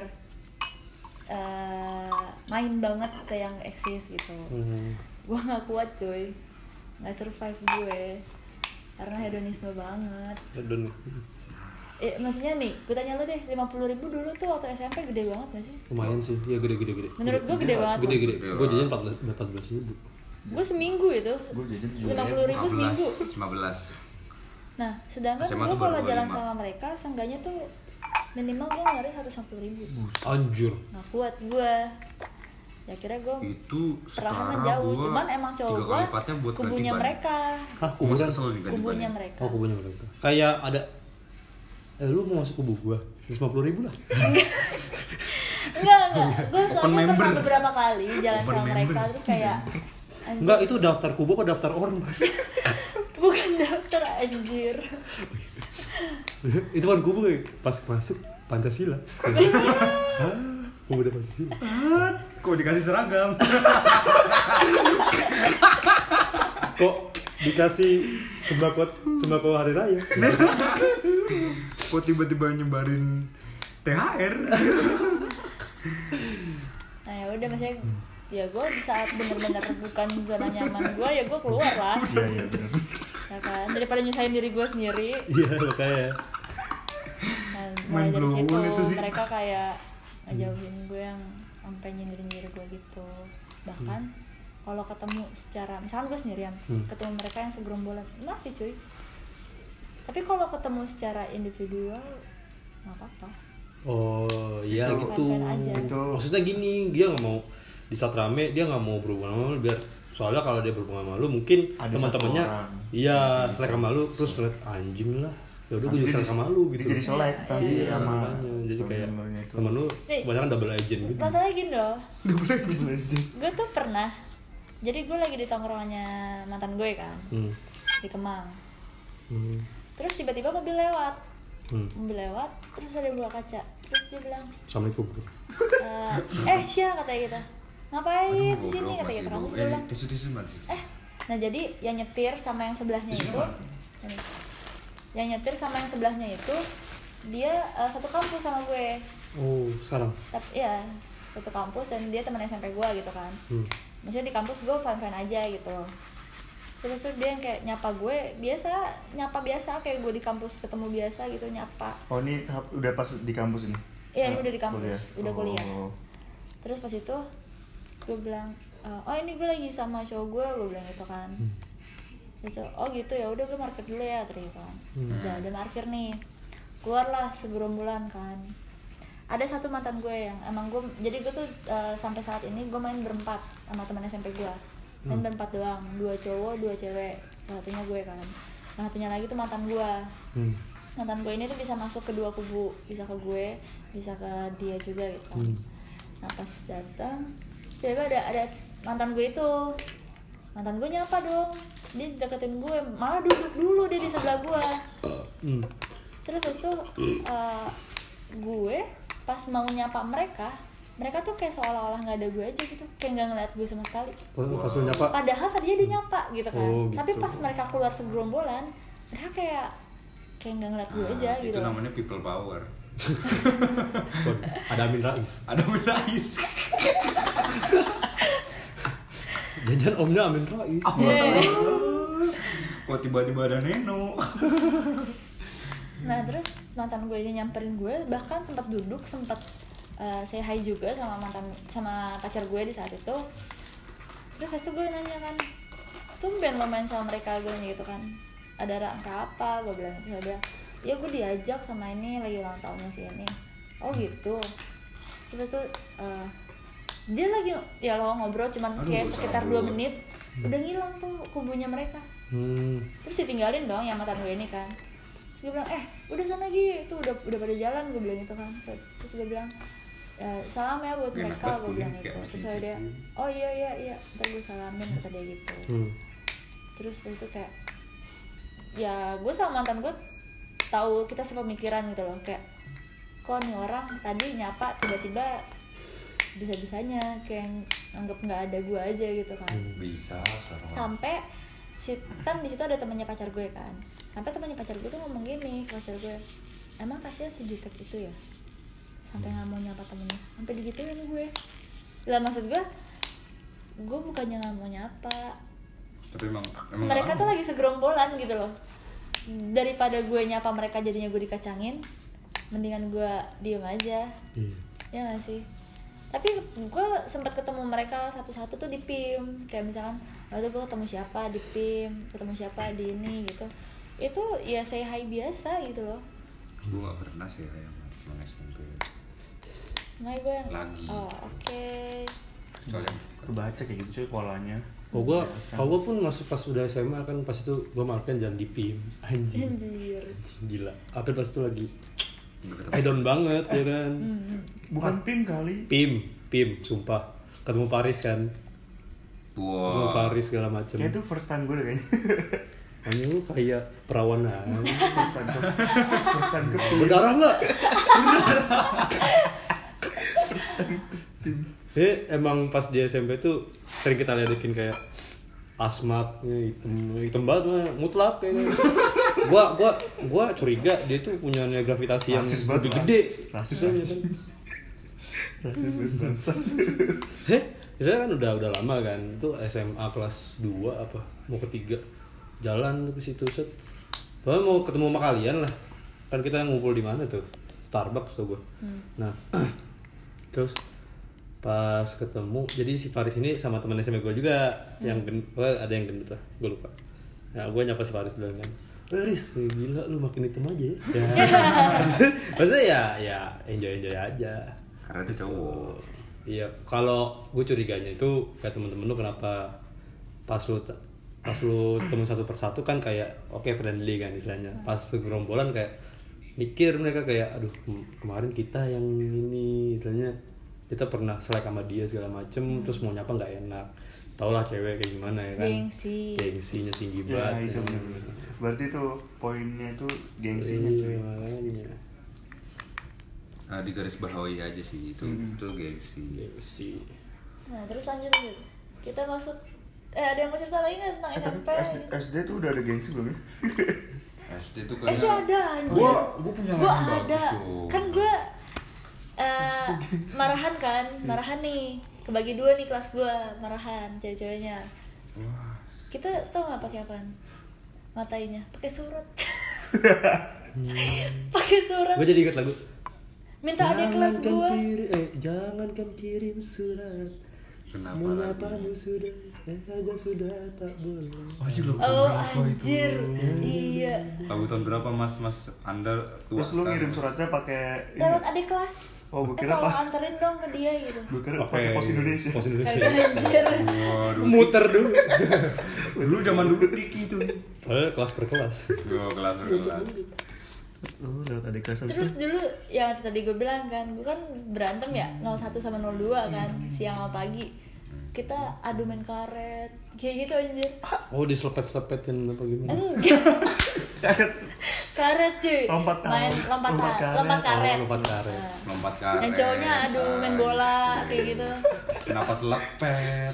uh, main banget ke yang eksis gitu. Hmm. Gue nggak kuat cuy, nggak survive gue karena hedonisme banget. Dan Eh, maksudnya nih, gue tanya lu deh, lima puluh ribu dulu tuh waktu S M P gede banget gak sih? lumayan sih. Iya, gede gede gede. Menurut gue gede banget. Gede gede. Gede Gue jajan banget. empat belas ribu. Gue seminggu itu, Gue jajan lima puluh ribu seminggu. lima belas. Nah, sedangkan S M A gue tuh kalau baru jalan dua puluh lima. sama mereka, seenggaknya tuh minimal gue ngeluarin seratus lima puluh ribu. Anjir. Nggak kuat gue. Ya kira gue Itu perlahan setara jauh, gua cuman emang cowok tiga gue kali lipatnya buat ganti kubunya ban. mereka. Hah, Gua kuburan? kesel nih ganti Kubunya ban. mereka. Oh, kubunya mereka. Kayak ada eh lu mau masuk kubu gua? seratus lima puluh ribu lah. Enggak, enggak. Gue Open soalnya member. pernah beberapa kali jalan Open sama mereka, member. terus kayak anjir, Enggak, itu daftar kubu apa daftar orang, Mas? bukan daftar anjir. Itu kan kubu kayak pas masuk Pancasila. Hah? Pemuda Pancasila. Kok dikasih seragam? Kok dikasih sembako sembako hari raya? Kok tiba-tiba nyebarin T H R? Nah ya udah, maksudnya ya gue di saat bener-bener bukan zona nyaman gue, ya gue keluar lah. Iya, iya bener. Ya kan, daripada nyusahin diri gue sendiri. Iya, makanya. Nah, Main mulai dari blow situ itu sih. mereka kayak ngejauhin gue yang sampai nyindir-nyindir gue gitu. Bahkan kalau ketemu secara, misalkan gue sendirian, Hmm. ketemu mereka yang segerombolan, masih cuy. Tapi kalau ketemu secara individual, nggak apa-apa. Oh, iya Itu- gitu. Fan-fan aja. Itu Maksudnya gini, dia nggak mau di saat rame dia nggak mau berhubungan sama lu biar soalnya kalau dia berhubungan sama lu mungkin Ada teman-temannya satu orang. iya selek sama lu terus ngeliat anjing lah ya udah gue juga selek sama lu gitu. Dia jadi selek tadi Iya, sama makanya. Jadi kayak temen-temennya itu. temen lu Nih. banyak kan double agent gitu. Masalahnya gini loh, Legend. gue tuh pernah, jadi gue lagi di tongkrongannya mantan gue kan, Hmm. di Kemang. Hmm. Terus tiba-tiba mobil lewat, Hmm. mobil lewat, terus ada buka kaca, terus dia bilang, Assalamualaikum. eh, eh Syah katanya gitu, ngapain di sini goblok, kata masih gitu kan, bau. terus Eh, dia bilang, tisu-tisu mana sih? eh, nah jadi yang nyetir sama yang sebelahnya Tisu itu, mana? ini, yang nyetir sama yang sebelahnya itu, dia eh, satu kampus sama gue, Oh sekarang. tapi ya satu kampus dan dia teman S M P gue gitu kan, Hmm. maksudnya di kampus gue fine fine aja gitu. Terus tuh dia yang kayak nyapa gue biasa, nyapa biasa kayak gue di kampus ketemu biasa gitu, nyapa. Oh ini tahap udah pas di kampus ini? Iya, ini Ah, udah di kampus, kuliah. udah kuliah. Oh. Terus pas itu gue bilang, "E, oh ini gue lagi sama cowok gue," gue bilang gitu kan. Terus oh gitu ya udah gue market dulu ya terus gitu kan. Udah udah markir nih, keluarlah segerombolan kan. Ada satu mantan gue yang emang gue, jadi gue tuh uh, sampai saat ini gue main berempat sama teman S M P gue, main berempat doang, dua cowok dua cewek, satunya gue kan. Nah satunya lagi tuh mantan gue. Hmm. Mantan gue ini tuh bisa masuk ke dua kubu, bisa ke gue, bisa ke dia juga gitu kan. Hmm. Nah pas datang, tiba ada ada mantan gue itu, mantan gue nyapa dong, dia deketin gue, malah duduk dulu dia di sebelah gue. Hmm. Terus habis itu uh, gue pas mau nyapa mereka, mereka tuh kayak seolah-olah nggak ada gue aja gitu, kayak nggak ngeliat gue sama sekali. Pas, pas lu nyapa. Padahal tadinya dia nyapa gitu kan, Oh, gitu. tapi pas mereka keluar segerombolan, mereka kayak kayak nggak ngeliat gue Nah, aja gitu. itu namanya people power. Waduh, ada Amin Rais. Ada menangis. Jangan omnya Amin Rais. Yeah. Kok tiba-tiba ada Neno? Nah terus mantan gue ini nyamperin gue, bahkan sempat duduk, sempat uh, say hi juga sama mantan sama pacar gue di saat itu. Terus pas itu gue nanya kan, tumben lo main sama mereka, gue gitu kan, ada rangka apa? Gue bilang, terus dia bilang, ya gue diajak sama ini lagi ulang tahunnya si ini. Oh gitu. Terus tuh uh, dia lagi ya lo ngobrol cuman Aduh, kayak sekitar dua sabun. menit udah ngilang tuh kubunya mereka. Hmm. Terus ditinggalin dong yang mantan gue ini kan. Terus gue bilang eh udah sana Gi, itu udah udah pada jalan, gue bilang gitu kan. Terus dia bilang e, salam ya buat Enak mereka, banget gue kuning bilang kayak gitu. mesin Terus dia cuci. oh iya iya iya ntar gue salamin kata dia gitu. Hmm. Terus dari itu kayak ya gue sama mantan gue tahu kita sepemikiran gitu loh, kayak kok nih orang tadi nyapa tiba-tiba bisa-bisanya kayak anggap nggak ada gue aja gitu kan. Bisa sekarang. Sampai si kan di situ ada temannya pacar gue kan, sampai temannya pacar gue tuh ngomong gini ke pacar gue, emang Tasya sejutek itu ya sampai nggak mau nyapa temennya, sampai digituin sama gue. Lah maksud gue gue bukannya nggak mau nyapa, Tapi emang emang mereka nggak tuh mau. lagi segerombolan gitu loh, daripada gue nyapa mereka jadinya gue dikacangin, mendingan gue diem aja. Hmm. Ya nggak sih? Tapi gue sempat ketemu mereka satu-satu tuh di P I M, kayak misalkan waktu gue ketemu siapa di P I M, ketemu siapa di ini gitu, itu ya say hi biasa gitu loh. Gue gak pernah sih kayak teman S M P. Nah gue yang Lagi. oh oke. Soalnya Kebaca kayak gitu cuy polanya. Oh gua, kalau gua pun masuk pas udah S M A kan pas itu gua maafkan jalan di P I M. Anjing. Anjir. Gila. Apa pas itu lagi nggak ketemu. I down banget ya kan. Bukan P I M kali. P I M, P I M sumpah. Ketemu Paris kan. Ketemu Wah. Paris segala macem. Kayak itu first time gue deh kayaknya. Anjing lu kayak perawan aja. First time first, first time ke P I M. Berdarah enggak? First time ke P I M. Eh emang pas di S M P tuh sering kita ledekin kayak asmat, hitam, hitam banget mah, mutlak kayak gitu. gua gua gua curiga dia tuh punya nilai gravitasi yang Rasis banget, lebih Mas. gede. Rasis, Misalnya rasis. kan. Rasis banget bangsat. Heh, misalnya kan udah udah lama kan, itu S M A kelas dua apa mau ketiga jalan tuh ke situ set. Bahkan mau ketemu sama kalian lah. Kan kita ngumpul di mana tuh? Starbucks tuh gua. Nah, terus pas ketemu, jadi si Faris ini sama teman S M P gue juga, yang gen, wah, ada yang gendut lah, gue lupa. Nah, gue nyapa si Faris dulu kan, Faris, eh, gila lu makin hitam aja ya. Maksudnya ya, ya enjoy enjoy aja. Karena itu cowok. Iya, kalau gue curiganya itu kayak temen-temen lu kenapa pas lu pas lu temen satu persatu kan kayak oke okay, friendly kan istilahnya. Pas segerombolan kayak mikir mereka kayak aduh kemarin kita yang ini istilahnya kita pernah selek sama dia segala macem, hmm. terus mau nyapa nggak enak, tau lah cewek kayak gimana ya kan, Gengsi. gengsinya tinggi Ya banget. itu ya. bener. Berarti tuh poinnya tuh gengsinya Iya, cuy. makanya. Nah, di garis bawahi aja sih itu Hmm. itu gengsi. Gengsi. Nah terus lanjut lanjut. Kita masuk. Eh ada yang mau cerita lagi nggak tentang Eh S tapi M P? S D, S D tuh udah ada gengsi belum ya? S D tuh S D kayaknya ada anjir. Gua gua punya Gua yang bagus ada. tuh. Kan gue eh marahan kan, marahan nih. Kebagi dua nih kelas dua, marahan cewek-ceweknya. Wah. Kita tau nggak pakai apaan? Matainya pakai surat. Pakai surat. Gue jadi ingat lagu. Minta adik kelas Jangankan gua. kirim, eh jangankan kirim surat. Kenapa Mau lagi? nyapamu sudah, eh saja sudah tak boleh. Oh anjir. Iya. Lagu tahun berapa Mas Mas Anda tua? Terus lu sekarang? ngirim suratnya pakai ini. Lewat adik kelas. Oh, gua Eh kira tolong apa? anterin dong ke dia gitu. Gue kira pakai pos Indonesia. Pos Indonesia. Kagak anjir. Waduh. Muter dulu. Dulu zaman dulu Kiki itu. Padahal kelas per kelas. Yo kelas kelas. Oh, lewat adik kelas. Terus dulu yang tadi gue bilang kan, gue kan berantem ya nol satu sama nol dua kan, siang sama pagi. Kita adu main karet, kayak gitu anjir. Oh, diselepet-selepetin apa gimana? Enggak. Karet cuy. Lompat main karet. lompat Lompat karet. karet. Lompat karet. Oh, lompat karet. Nah, Lompat karet. yang cowoknya adu main bola kayak gitu. Kenapa selepet?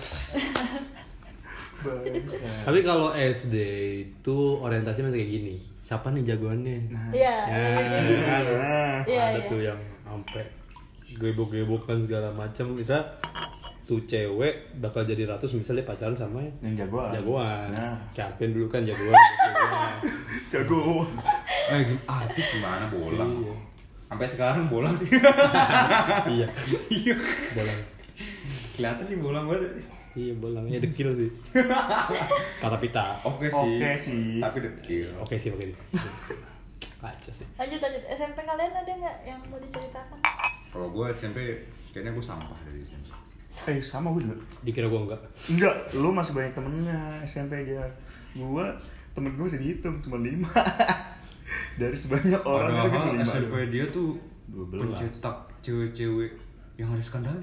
Bangsat. Tapi kalau S D itu orientasinya masih kayak gini. Siapa nih jagoannya? Iya. Ya, kan? Nah, Iya, ada iya. tuh yang sampai gebok-gebokan segala macam. Bisa tuh cewek bakal jadi ratus misalnya pacaran sama yang jagoan. jagoan. Nah, Calvin dulu kan jagoan. jagoan. jago. Eh gim- artis gimana bola? Iya. Sampai sekarang bola sih. Iya. Iya. Bolang. Kelihatan nih bola banget. Iya, bolang. Ya dekil sih. Kata pita. Oke sih. Oke sih. Tapi dekil. Oke sih, oke. Kaca sih. Lanjut lanjut. S M P kalian ada nggak yang mau diceritakan? Kalau gue S M P Kayaknya gue sampah dari S M P. Eh sama gue juga. Dikira gue enggak. Enggak, lu masih banyak temennya S M P aja. Gua temen gue bisa dihitung cuma lima. Dari sebanyak orang kan cuma Padahal lima. S M P dia tuh dua belas. pencetak cewek-cewek yang ada skandal.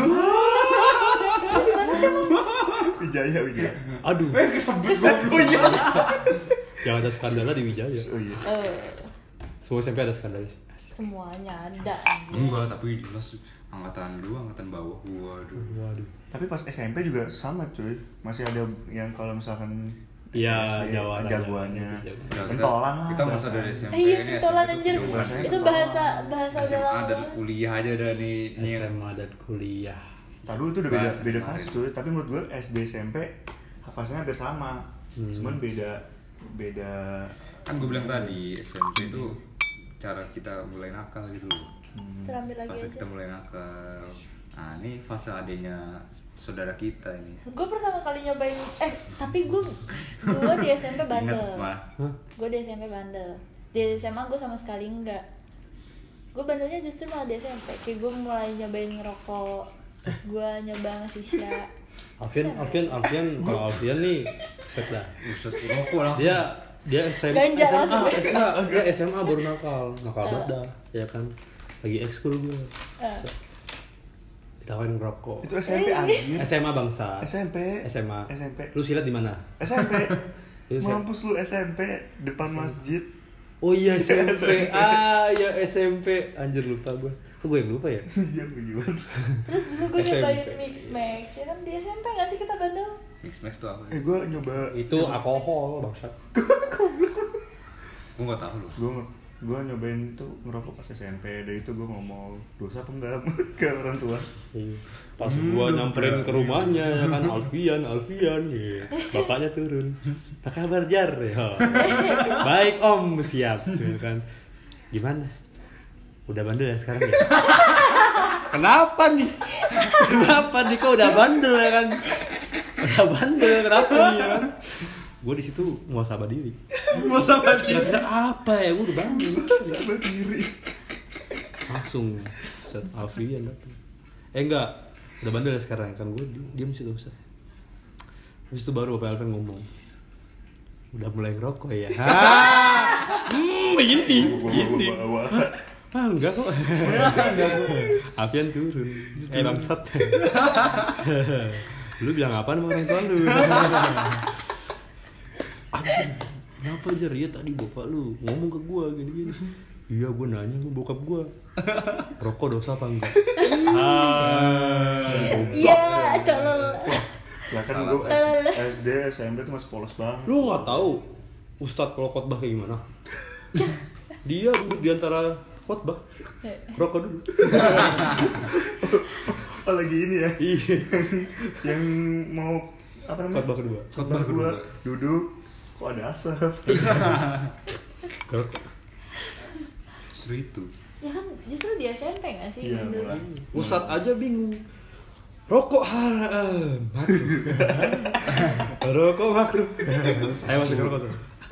Wijaya, Wijaya. Aduh. Eh kesebut gobloknya. Yang ada skandalnya di Wijaya. Oh iya. Eh, Semua S M P ada skandalnya sih. semuanya ada. Enggak, tapi jelas angkatan dua, angkatan bawah. Waduh. Waduh. Tapi pas S M P juga sama cuy. Masih ada yang kalau misalkan Iya, S D, Jawa jagoannya. Ya, kita, Pentolan lah. kita masa bahasa. dari S M P Eh, iya, ini pentolan S M P anjir. tuh jauh banget. Itu bahasa bahasa S M A udah dan lama. kuliah aja dah nih. Ini S M A dan kuliah. Tadi itu udah beda Bahasa beda kemarin. fase cuy. Tapi menurut gue S D S M P fasenya hampir sama. Hmm. Cuman beda beda. Kan gue bilang tadi S M P itu cara kita mulai nakal gitu loh. Hmm. Terambil lagi Fase aja. kita mulai nakal. Nah ini fase adanya saudara kita ini. Gue pertama kali nyobain, eh tapi gue gue di S M P bandel. Ingat mah. Hah? Gue di S M P bandel. Di S M A gue sama sekali enggak. Gue bandelnya justru malah di S M P. Kayak gue mulai nyobain ngerokok, gue nyoba nge-shisha. Alfian, Alfian, Alfian, kalau Alfian nih set dah. Buset, rokok langsung. Dia dia S M, Ganja S M A, langsung. S M A, dia S M A baru nakal, nakal banget dah, ya kan. Lagi ekskul gue. Eh. Ditawarin ngerokok. Itu S M P anjir. S M A bangsa. S M P. S M A. S M P. Lu silat di mana? S M P. Itu saya- Mampus lu S M P depan masjid. Oh iya S M P. S M P. Ah ya S M P. Anjir lupa gue. Kok gue yang lupa ya? Iya gimana? Terus dulu gue S M P. nyobain mix max. Ya kan di S M P nggak sih kita bandel? Mix Max tuh apa? Eh gue nyoba. Itu alkohol bangsat. Gue nggak tahu loh. Gue gue nyobain tuh ngerokok pas S M P. Dari itu gue ngomong dosa apa enggak ke orang tua. Iya. Pas gua nyamperin ke rumahnya ya kan Alfian, Alfian, ya. Bapaknya turun. Apa kabar Jar? Ya. Baik Om, siap, ya kan. Gimana? Udah bandel ya sekarang ya? Kenapa nih? Kenapa nih kok udah bandel ya kan? Udah bandel kenapa nih ya kan? Gue di situ muasabah diri. Muasabah diri. Kira-kira apa ya? Gue udah bandel. Muasabah diri. Langsung set Alfian datang. Eh enggak, udah bandel ya sekarang kan gue diem situ Ustaz. Terus itu baru Bapak Alvin ngomong, udah mulai ngerokok ya. Hah, hmm, ini, ini. Ah enggak kok. Alfian turun, eh bangsat. Lu bilang apa sama orang tua lu? Anjir, kenapa aja Ria tadi bapak lu ngomong ke gua gini-gini. Iya, gue nanya ke bokap gue, rokok dosa apa enggak? Ah, Iya, tolol. Lah kan Salah gue saya. S D S M P tuh masih polos banget. lu nggak tahu Ustadz kalau khotbah kayak gimana? Dia duduk di antara khotbah, rokok dulu. Oh lagi ini ya. Iya. Yang mau apa namanya? Khotbah kedua. Khotbah kedua duduk kok ada asap. Rokok. Justru itu. Ya kan justru di S M P nggak sih Iya, dulu? mulai. Ustadz aja bingung. Rokok haram, makruh. Rokok makruh. Saya masih ngerokok.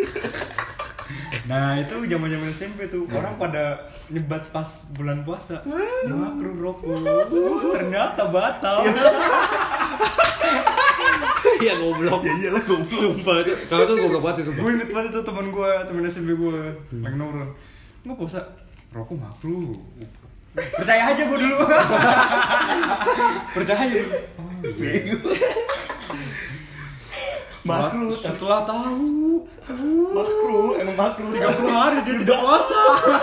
Nah itu zaman-zaman S M P tuh orang pada nyebat pas bulan puasa makruh rokok. Ternyata batal. Iya goblok. Ya iyalah goblok. Sumpah itu. Kalau tuh goblok banget sih sumpah. Gue inget banget tuh teman gue, teman S M P gue lagi nongkrong. Nggak puasa rokok makruh. Percaya aja gue dulu. Percaya. Oh, iya. Makruh, Setelah tahu makruh, emang makruh. tiga puluh hari dia tidak puasa.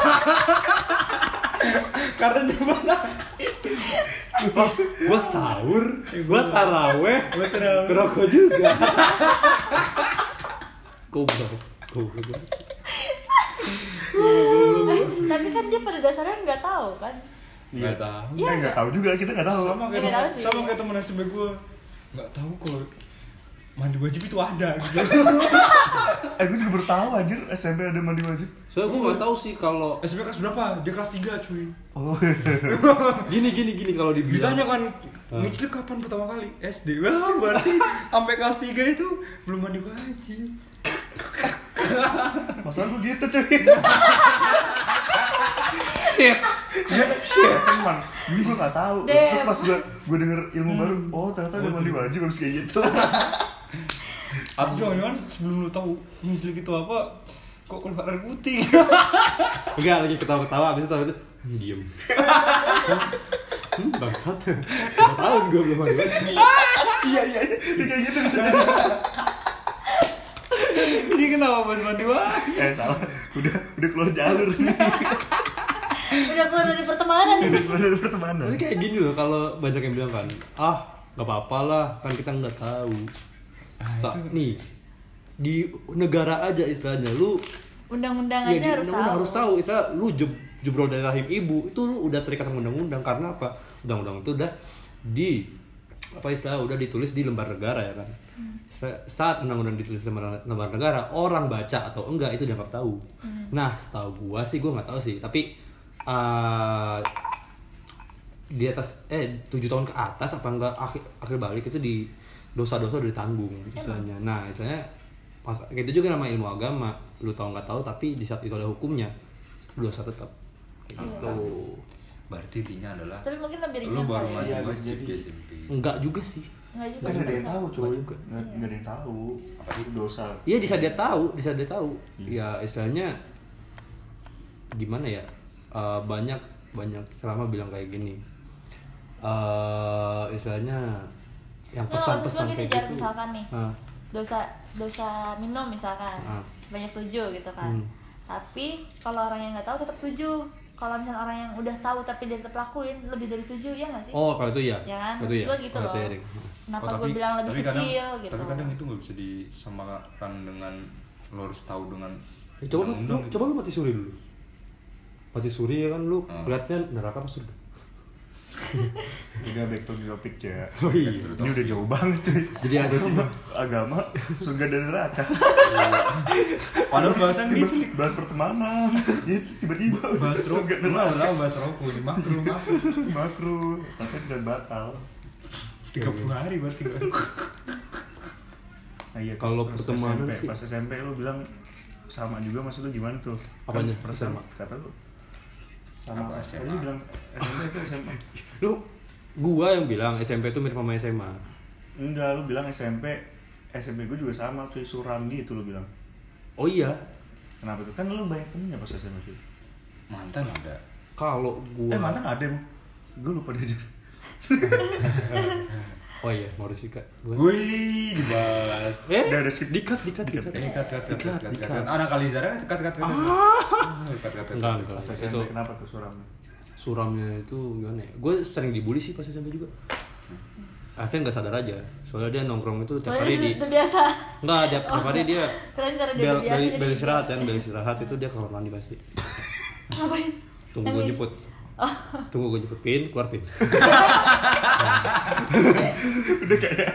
Karena dia mana? Gua sahur, gua taraweh, Gua taraweh. ngerokok juga. Goblok, goblok. Eh, tapi kan dia pada dasarnya nggak tahu kan? Iya. Nggak tahu. Iya, Eh nggak tahu juga, kita nggak tahu. Sama kayak Nggak tahu temen- sih. sama kayak temen S M P gue. Nggak tahu kalau mandi wajib itu ada gitu. Eh gue juga baru tahu anjir S M P ada mandi wajib. Soalnya gua nggak tahu sih kalau S M P kelas berapa? Dia kelas tiga cuy. Oh. gini gini gini kalau dibilang. Ditanya kan, nyicil kapan pertama kali? S D. Wah, berarti sampai kelas tiga itu belum mandi wajib. Masalah gue gitu cuy. Shit. Shit, teman. Ini gue nggak tahu. Damn. Terus pas gue gue denger ilmu baru, oh ternyata ada mandi wajib harus kayak gitu. Atau jangan-jangan sebelum lu tahu nyusulik itu apa, kok keluar air putih. Enggak, lagi ketawa-ketawa habis itu itu hmm, diem. Hmm, bangsat. Berapa tahun gue belum mandi wajib. Iya iya, dia kayak gitu bisa. Ini kenapa pas mandi wajib? Eh salah, udah udah keluar jalur nih. Udah keluar dari pertemanan Udah ini. keluar dari pertemanan. Tapi kayak gini loh, kalau banyak yang bilang kan, ah nggak apa-apa lah, kan kita nggak tahu. Sta- nih di negara aja istilahnya lu Undang-undang ya, aja di harus undang-undang tahu. harus tahu istilah lu je- jebrol dari rahim ibu itu lu udah terikat sama undang-undang. Karena apa? Undang-undang itu udah di apa istilah udah ditulis di lembar negara ya kan. Sa- saat undang-undang ditulis di lembar, lembar negara, orang baca atau enggak itu dianggap tahu. Nah setahu gua sih, gua nggak tahu sih, tapi uh, di atas eh tujuh tahun ke atas apa enggak akhir, akhir balik itu di dosa-dosa udah ditanggung istilahnya. Nah istilahnya pas itu juga nama ilmu agama, lu tahu nggak tahu tapi di saat itu ada hukumnya, lu dosa tetap kayak gitu. Berarti intinya adalah Tapi mungkin lebih lu ringan baru kali mandi ya. Iya, wajib jadi- di S M P. Enggak juga sih. Enggak juga. Kan ada yang tahu cuy, juga. nggak nggak ada yang tahu. Apa sih dosa? Iya di saat dia tahu, di saat dia tahu. Ya istilahnya gimana ya? Eh, banyak banyak ceramah bilang kayak gini. Eh istilahnya yang Nggak, maksud pesan-pesan gua gini, kayak Jar, gitu. misalkan nih. Ah, Dosa dosa minum misalkan Ah. sebanyak tujuh gitu kan. Hmm. Tapi kalau orang yang nggak tahu tetap tujuh. Kalau misalnya orang yang udah tahu tapi dia tetap lakuin lebih dari tujuh, ya nggak sih? Oh kalau itu iya. Ya kan? Kalau Maksud itu gua iya. gitu Kalau itu loh. iya, Ring. Kenapa Oh, gue bilang lebih tapi kadang, kecil gitu? Tapi kadang itu nggak bisa disamakan dengan lo harus tahu dengan Ya, coba lu, undang-undang lu- gitu. coba lu mati suri dulu. Mati suri ya kan lu Hmm. beratnya neraka apa surga? Udah back to the topic ya. Oh iya. Ini udah jauh banget cuy. Jadi agama. agama surga dan neraka. Padahal bahasan gitu. Bahas pertemanan. Gitu, tiba-tiba Bahas rokok, surga dan lu neraka. tahu bahas rokok di makro makro. Makro, tapi udah batal. tiga puluh hari berarti kan. Nah, iya, Kalau pas pertemanan S M P, sih- pas S M P lu bilang sama juga, maksud lu gimana tuh? Apanya? Kan pertama S M A? kata lu sama Apa S M A? Lu bilang S M P itu S M A. Lu gua yang bilang S M P itu mirip sama S M A. Enggak, lu bilang S M P S M P gue juga sama cuy, suram gitu lu bilang. Oh iya. Kenapa tuh? Kan lu banyak temennya pas S M P sih. Mantan ada. Kalau gua Eh mantan ada emang? Gue lupa dia. Oh iya, Morris Vika. Gua. Wih, dibahas. Eh, Udah, udah skip. dikat, dikat, dikat. Eh, cut, cut, cut, cut, cut, Dikat, cut. Anak Kalizara, cut, cut, cut, cut. Ah, cut, cut, cut, Enggak, cut. enggak. Pas S M Itu P kenapa tuh suramnya? suramnya itu gimana ya? Gue sering dibully sih pas S M P juga. Alvin nggak sadar aja. Soalnya dia nongkrong itu tiap Soalnya hari di itu biasa. Enggak, tiap tiap hari dia Keren karena dia bel udah biasa. bel jadi bel gitu. istirahat kan, bel istirahat itu dia ke kamar mandi pasti. Ngapain? Tunggu gue Nangis. jemput. Tunggu gue jemput pin, keluar pin. Udah kayak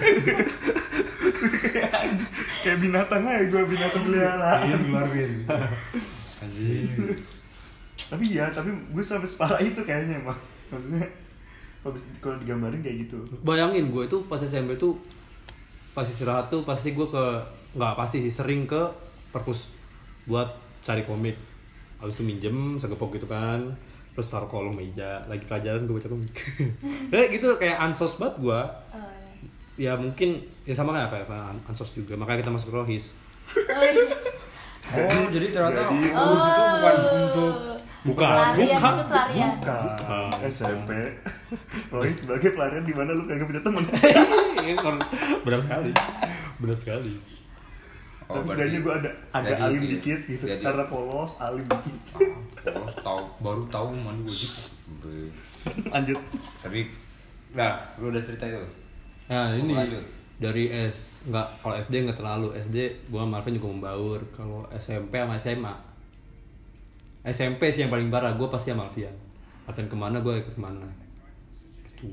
kayak binatang aja gue, binatang peliharaan. Iya, ngeluarin. Anjing. Tapi ya, tapi gue sampai separah itu kayaknya emang. Maksudnya kalau bisa- kalau digambarin kayak gitu. Bayangin gue itu pas S M P tuh pas istirahat tuh pasti gue ke nggak pasti sih sering ke perpus buat cari komik. Habis itu minjem segepok gitu kan. Terus taruh kolong meja, lagi pelajaran gue baca komik. Kayak gitu kayak ansos banget gue. Oh, iya. Ya mungkin ya sama kayak kayak an- ansos juga. Makanya kita masuk rohis. Oh, iya. Oh, jadi ternyata Jadi- lulus itu bukan untuk Bukan, Pelarian bukan. itu pelarian. Bukan. S M P. Roy sebagai pelarian di mana lu kagak punya temen. Benar sekali. Benar sekali. Oh, Tapi berarti- setidaknya gue ada agak jadi alim itu ya. dikit gitu. Jadi- Karena polos, alim dikit. Kalau tahu baru tahu mandi wajib. Be- Lanjut. Tapi nah, lu udah cerita itu. Nah ini Lanjut. dari S nggak kalau S D nggak terlalu S D gua sama Marvin juga membaur. Kalau S M P sama S M A S M P sih yang paling parah, gue pasti sama Alfian. Alfian kemana gue ikut kemana gitu.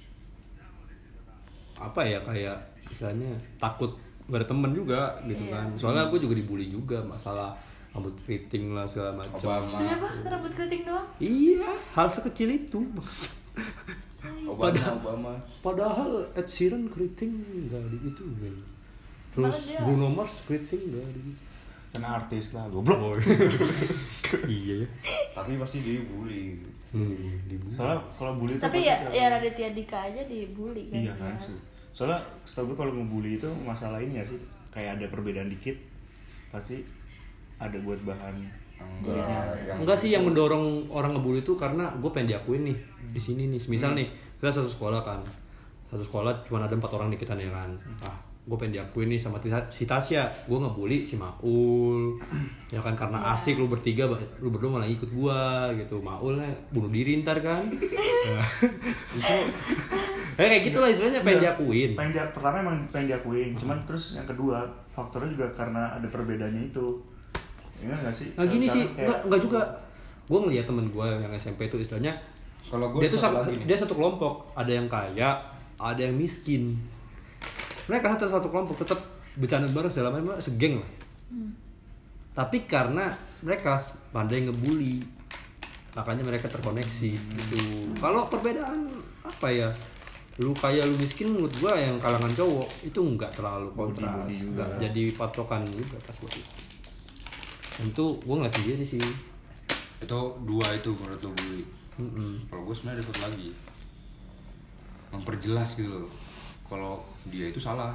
Apa ya kayak istilahnya takut gak ada temen juga gitu Iya. kan. Soalnya gue juga dibully juga masalah rambut keriting lah segala macam. Obama. Kenapa rambut keriting doang? Iya, hal sekecil itu maksud. Obama, Padahal- Obama. Padahal Ed Sheeran keriting nggak digituin. Terus Malah dia- Bruno Mars keriting nggak digitu. Karena artis lah, goblok. Iya ya. Tapi pasti dibully. Hmm, dibully. Soalnya kalau bully itu Tapi pasti ya kalau- ya Raditya Dika aja dibully kan. Iya kan sih. Soalnya setahu gue kalau ngebully itu masalah ini ya sih, kayak ada perbedaan dikit pasti ada buat bahan Enggak, Iya. yang Enggak sih yang mendorong orang ngebully itu karena gue pengen diakuin nih di sini nih. Misal nih kita satu sekolah kan, satu sekolah cuma ada empat orang di kita nih kan. Ah, gue pengen diakuin nih sama Tisa- si Tasya. Gue ngebully si Maul, ya kan karena Iya. asik lu bertiga, lu berdua malah ikut gue gitu. Maulnya bunuh diri ntar kan. Nah, itu, eh, kayak gitulah istilahnya pengen Enggak, diakuin. pengen dia, pertama emang pengen diakuin, cuman terus yang kedua faktornya juga karena ada perbedaannya itu. Enggak nggak sih? Nah gini sih, Kayak- enggak, enggak juga. Gue ngeliat temen gue yang S M P itu istilahnya kalau gue dia tuh satu satu, lagi nih. dia satu kelompok, ada yang kaya, ada yang miskin. Mereka satu satu kelompok tetap bercanda bareng segala macam, segeng lah. Hmm. Tapi karena mereka pandai ngebully, makanya mereka terkoneksi gitu. Kalau perbedaan apa ya? Lu kaya lu miskin menurut gua yang kalangan cowok itu enggak terlalu kontras, Body-body juga. enggak jadi patokan juga pas buat itu. Itu gua ngeliat sendiri sih. Itu dua itu menurut lo bully. Mm-mm. Kalau gue sebenarnya ada satu lagi, memperjelas gitu loh. Kalau dia itu salah,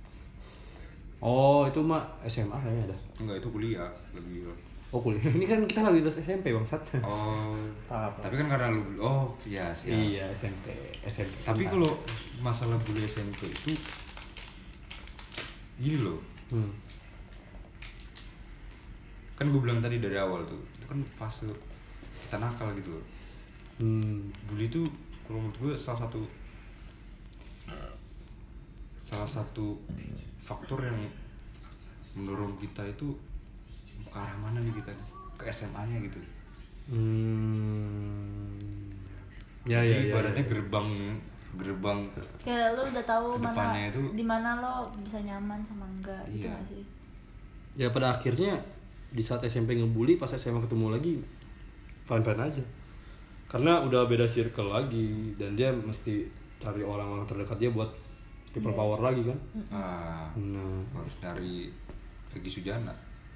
Oh itu mah S M A kayaknya ada. enggak itu kuliah lebih. Oh kuliah. Ini kan kita lagi lulus S M P bangsat. Oh, Tahap. tapi kan karena lu, oh iya sih. Iya S M P, S M P. Tapi kalau masalah bully S M P itu gini loh, hmm. kan gue bilang tadi dari awal tuh, itu kan fase kita nakal gitu loh. Hmm. Bully itu kalau menurut gue salah satu salah satu faktor yang mendorong kita itu ke arah mana nih kita nih, ke S M A-nya gitu. Hmm. Ya Jadi ya ya. ibaratnya ya. gerbang gerbang Kayak lu udah tahu mana Kedepannya itu- di mana lo bisa nyaman sama enggak gitu Iya. gak sih? Ya pada akhirnya di saat S M P ngebully, pas S M A ketemu lagi fine-fine aja. Karena udah beda circle lagi dan dia mesti cari orang-orang terdekat dia buat people Yes. power lagi kan. ah, Nah, harus nyari Egy Sujana.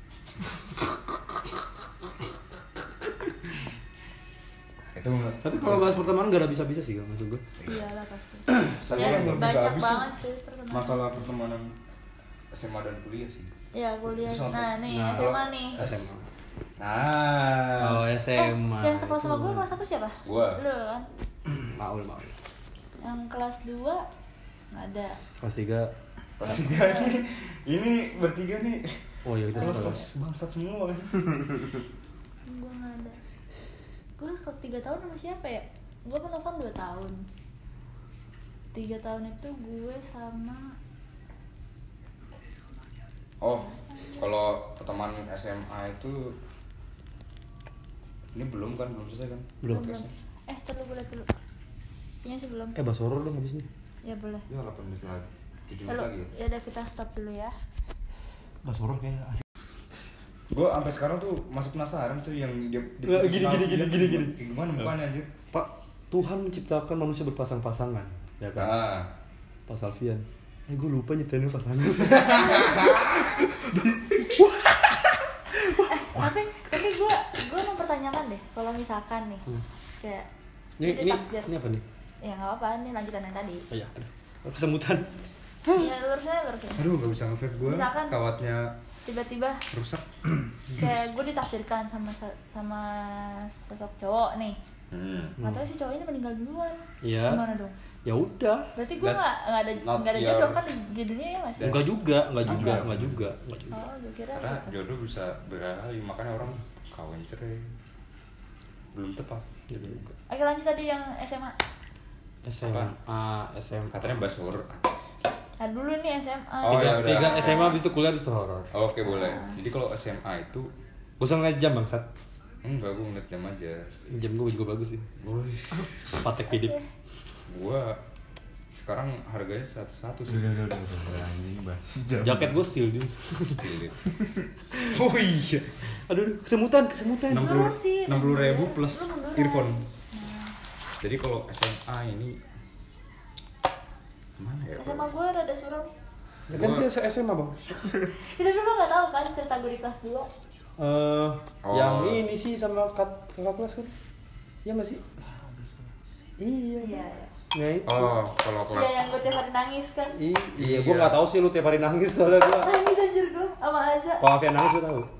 Itu tapi kalau bahas pertemanan gak ada bisa-bisa sih kan maksud gue. Iyalah pasti. saya Ya, yang belum banyak habis banget tuh cuy pertemanan. masalah pertemanan S M A dan kuliah sih. Ya kuliah. Itu sama- Nah nih Nah, S M A kalau- nih. S M A. Nah, Oh S Eh, M A. yang sekelas sama gue kelas satu siapa? Gua. Lu kan? Maul Maul. Yang kelas dua nggak ada. Kelas tiga. kelas tiga ini ini bertiga nih. Oh iya kita Kelas sekolah. kelas bangsat semua. Gue nggak ada. Gue ke tiga tahun sama siapa ya? Gue sama Novan dua tahun. Tiga tahun itu gue sama Oh, kalau pertemanan S M A itu ini belum kan, belum selesai kan? Belum. belum. Eh, terus boleh dulu. Iya sih belum. Eh bahas horor dong habis ini. Ya boleh. Ya delapan menit lagi. tujuh menit Lalu, lagi. ya udah kita stop dulu ya. Bahas horor kayak asik. Gue sampai sekarang tuh masih penasaran tuh yang dia, dia Nggak, putus gini, sama gini, dia gini, tuh gini, gimana- gini. Gimana mukanya anjir? Pak, Tuhan menciptakan manusia berpasang-pasangan, ya kan? Nah, Pas Alfian. Eh gue lupa nyiptain pasangan. Eh, tapi tapi gue gue mempertanyakan deh kalau misalkan nih Hmm. kayak Ini udah ini takdir. ini apa nih? Ya nggak apa-apa, ini lanjutan yang tadi. Oh iya, aduh. Kesemutan. Ya lurusin aja lurusin. aduh nggak bisa nge-vape gue. Misalkan- Kawatnya Tiba-tiba rusak. kayak gue ditakdirkan sama se- sama sosok cowok nih. Hmm. Nggak tahu si cowok ini meninggal duluan. Iya. Gimana dong? Ya udah. Berarti gue That's nggak nggak ada not nggak ada your- jodoh kan di, di dunia ya mas? Enggak juga, enggak juga, Enggak. enggak juga, enggak juga. Oh, gue kira Karena gitu. jodoh bisa berkali, makanya orang kawin cerai. Belum tepat. Enggak juga. Oke lanjut tadi yang S M A. S M A, S M A. Katanya bahas horor. Nah dulu nih S M A. Oh, Tiga, ya udah. tiga S M A habis itu kuliah habis itu horor. Oh, Oke boleh. Jadi kalau S M A itu Gak usah ngeliat jam bangsat. enggak, gue ngeliat jam aja. Jam gue juga bagus sih. Woi, Patek Philip. gua sekarang harganya satu-satu sih. Udah, udah, udah, udah, udah, anjing bahas jam. Jaket gue steel dia. Stilit. Oh iya. Aduh, aduh, kesemutan, kesemutan. enam puluh Lurusin, enam puluh ribu mundur. plus Lu munduran. earphone. Jadi kalau S M A ini mana ya? S M A gue rada suram. Ya kan dia S M A bang. Kita dulu nggak tahu kan cerita kata gue di kelas dua. Eh, Oh. yang ini sih sama kat, kakak kelas kan? Iya nggak sih? Iya. Iya. Nah itu. Oh, kalau Iya kelas yang gue tiap hari nangis kan. I- iya, Iya. gue nggak tahu sih lu tiap hari nangis soalnya gue. Nangis anjir gue sama Aza. Kalau Afian nangis gue tahu.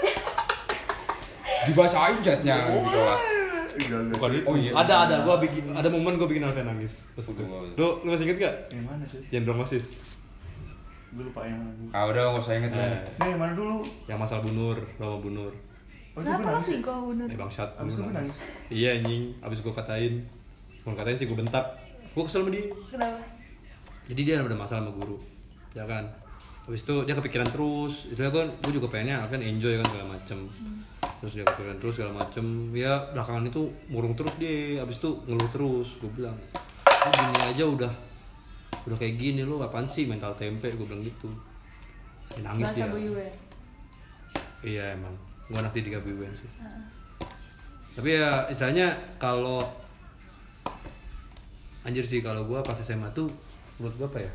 dibacain chatnya di kelas. Enggak, enggak. Bukan itu. Oh, iya. Ada ada gue bikin ada momen gue bikin Afian nangis. Pas itu. Lu lu masih inget gak? Yang mana cuy? Yang dramasis. Gue lupa yang mana dulu. Ah udah nggak usah inget lah. Eh, Nah, yang mana dulu? yang masalah bunur, sama bunur. Oh, itu gue Kenapa lo nangis ya? selingkuh bener? Eh bangsat. Abis itu gua gue nangis. Iya anjing, abis gue katain. Gue katain sih gue bentak. Gue kesel sama dia. Kenapa? Jadi dia ada masalah sama guru, ya kan. Habis itu dia kepikiran terus. Istilahnya gue, gue juga pengennya Alvin enjoy kan segala macem. Terus dia kepikiran terus segala macem. Ya belakangan itu murung terus dia. Habis itu ngeluh terus. Gue bilang, lu gini aja udah, udah kayak gini lu apaan sih mental tempe? Gue bilang gitu. Ya, nangis Bahasa dia. Bu Yuen. Iya emang, gue anak didik B U N sih. Tapi ya istilahnya kalau anjir sih kalau gue pas S M A tuh menurut gue apa ya?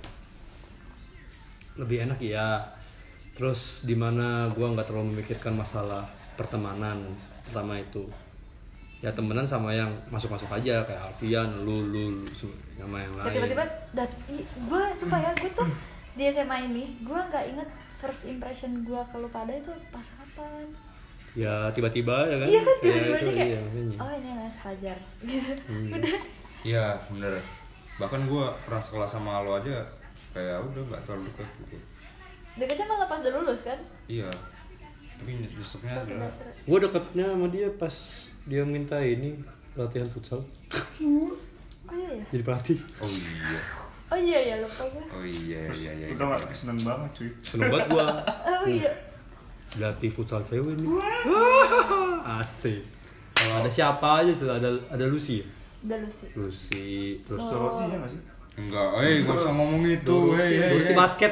Lebih enak ya. Terus dimana gue nggak terlalu memikirkan masalah pertemanan pertama itu. Ya temenan sama yang masuk-masuk aja kayak Alfian, lu, lu, lu, sama yang Dan lain. tiba-tiba dat gue sumpah ya gue tuh di S M A ini gue nggak inget first impression gue ke lu pada itu pas kapan. Ya tiba-tiba ya kan? Iya kan Ya, tiba-tiba itu, aja kayak iya, makanya. oh ini Mas Fajar gitu. Hmm. Udah. Iya bener. Bahkan gue pernah sekolah sama lo aja kayak udah nggak terlalu dekat gitu. Deketnya malah pas udah lulus kan. Iya. Tapi nyesuknya Pas adalah udah Gue deketnya sama dia pas dia minta ini latihan futsal oh iya ya. jadi pelatih. oh iya. Oh iya ya lupa gue. Oh iya iya iya. Lu tau gak, seneng banget cuy. Seneng banget gue Oh iya. pelatih futsal cewek nih. Asik. Kalau ada siapa aja sih, ada ada Lucy. ya? Udah lulus sih. Lucy terus Dorothy ya gak sih? Enggak, eh nggak usah ngomong itu. Dorothy, Hei hei Dorothy hei. basket.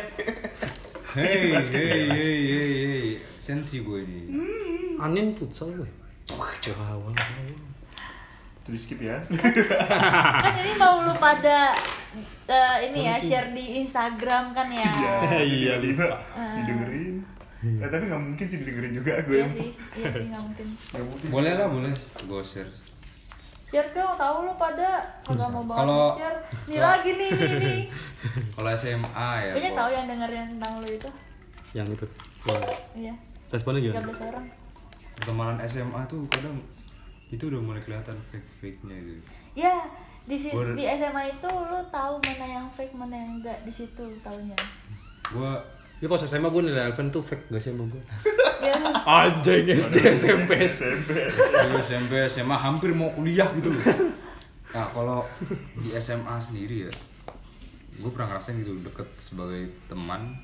Hei hei hei hei hei. Sensi gue ini. Anin futsal gue. Wah, wah, wah. Itu di skip ya. Kan ini mau lu pada eh, ini ya share di Instagram kan ya. Iya, Iya, tiba-tiba lupa. didengerin. Eh, tapi gak mungkin sih didengerin juga gue. Iya sih, iya sih nggak mungkin. Gak mungkin. Boleh lah boleh. Gue share. Share dong, tahu lu pada kagak mau banget Kalau- share. Nih kalau- lagi nih nih nih. Kalau S M A ya. Banyak gua- tahu yang dengerin tentang lu itu. Yang itu. Wah. Iya. Responnya tiga gimana? belas orang. Pertemanan S M A tuh kadang itu udah mulai kelihatan fake-fake-nya gitu. Ya, di si- Gua- di S M A itu lu tahu mana yang fake, mana yang enggak di situ taunya. Gua Ya pas S M A gue nilai Alvin tuh fake gak sih sama gue? Ya. Anjing S D S M P. S M P. dulu S M P S M A hampir mau kuliah gitu loh. Nah kalau di S M A sendiri ya, gue pernah ngerasain gitu deket sebagai teman.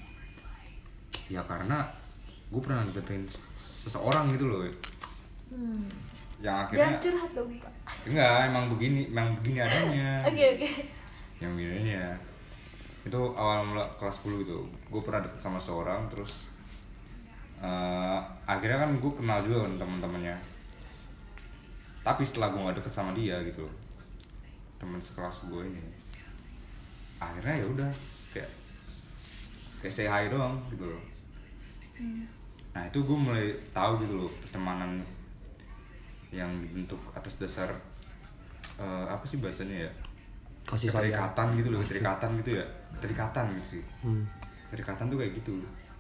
Ya karena gue pernah deketin seseorang gitu loh. Hmm. Yang Jangan akhirnya curhat dong, Pak. enggak emang begini, emang begini adanya. Oke, oke. Yang begini ya. Itu awal mula kelas sepuluh itu gue pernah deket sama seorang terus uh, akhirnya kan gue kenal juga kan teman-temannya, tapi setelah gue gak deket sama dia gitu teman sekelas gue ini akhirnya ya udah kayak kayak say hi doang gitu loh. Nah itu gue mulai tahu gitu loh pertemanan yang dibentuk atas dasar uh, apa sih bahasanya ya, Kasih sayang. keterikatan gitu loh, keterikatan gitu ya, keterikatan gitu sih. Hmm. Keterikatan tuh kayak gitu.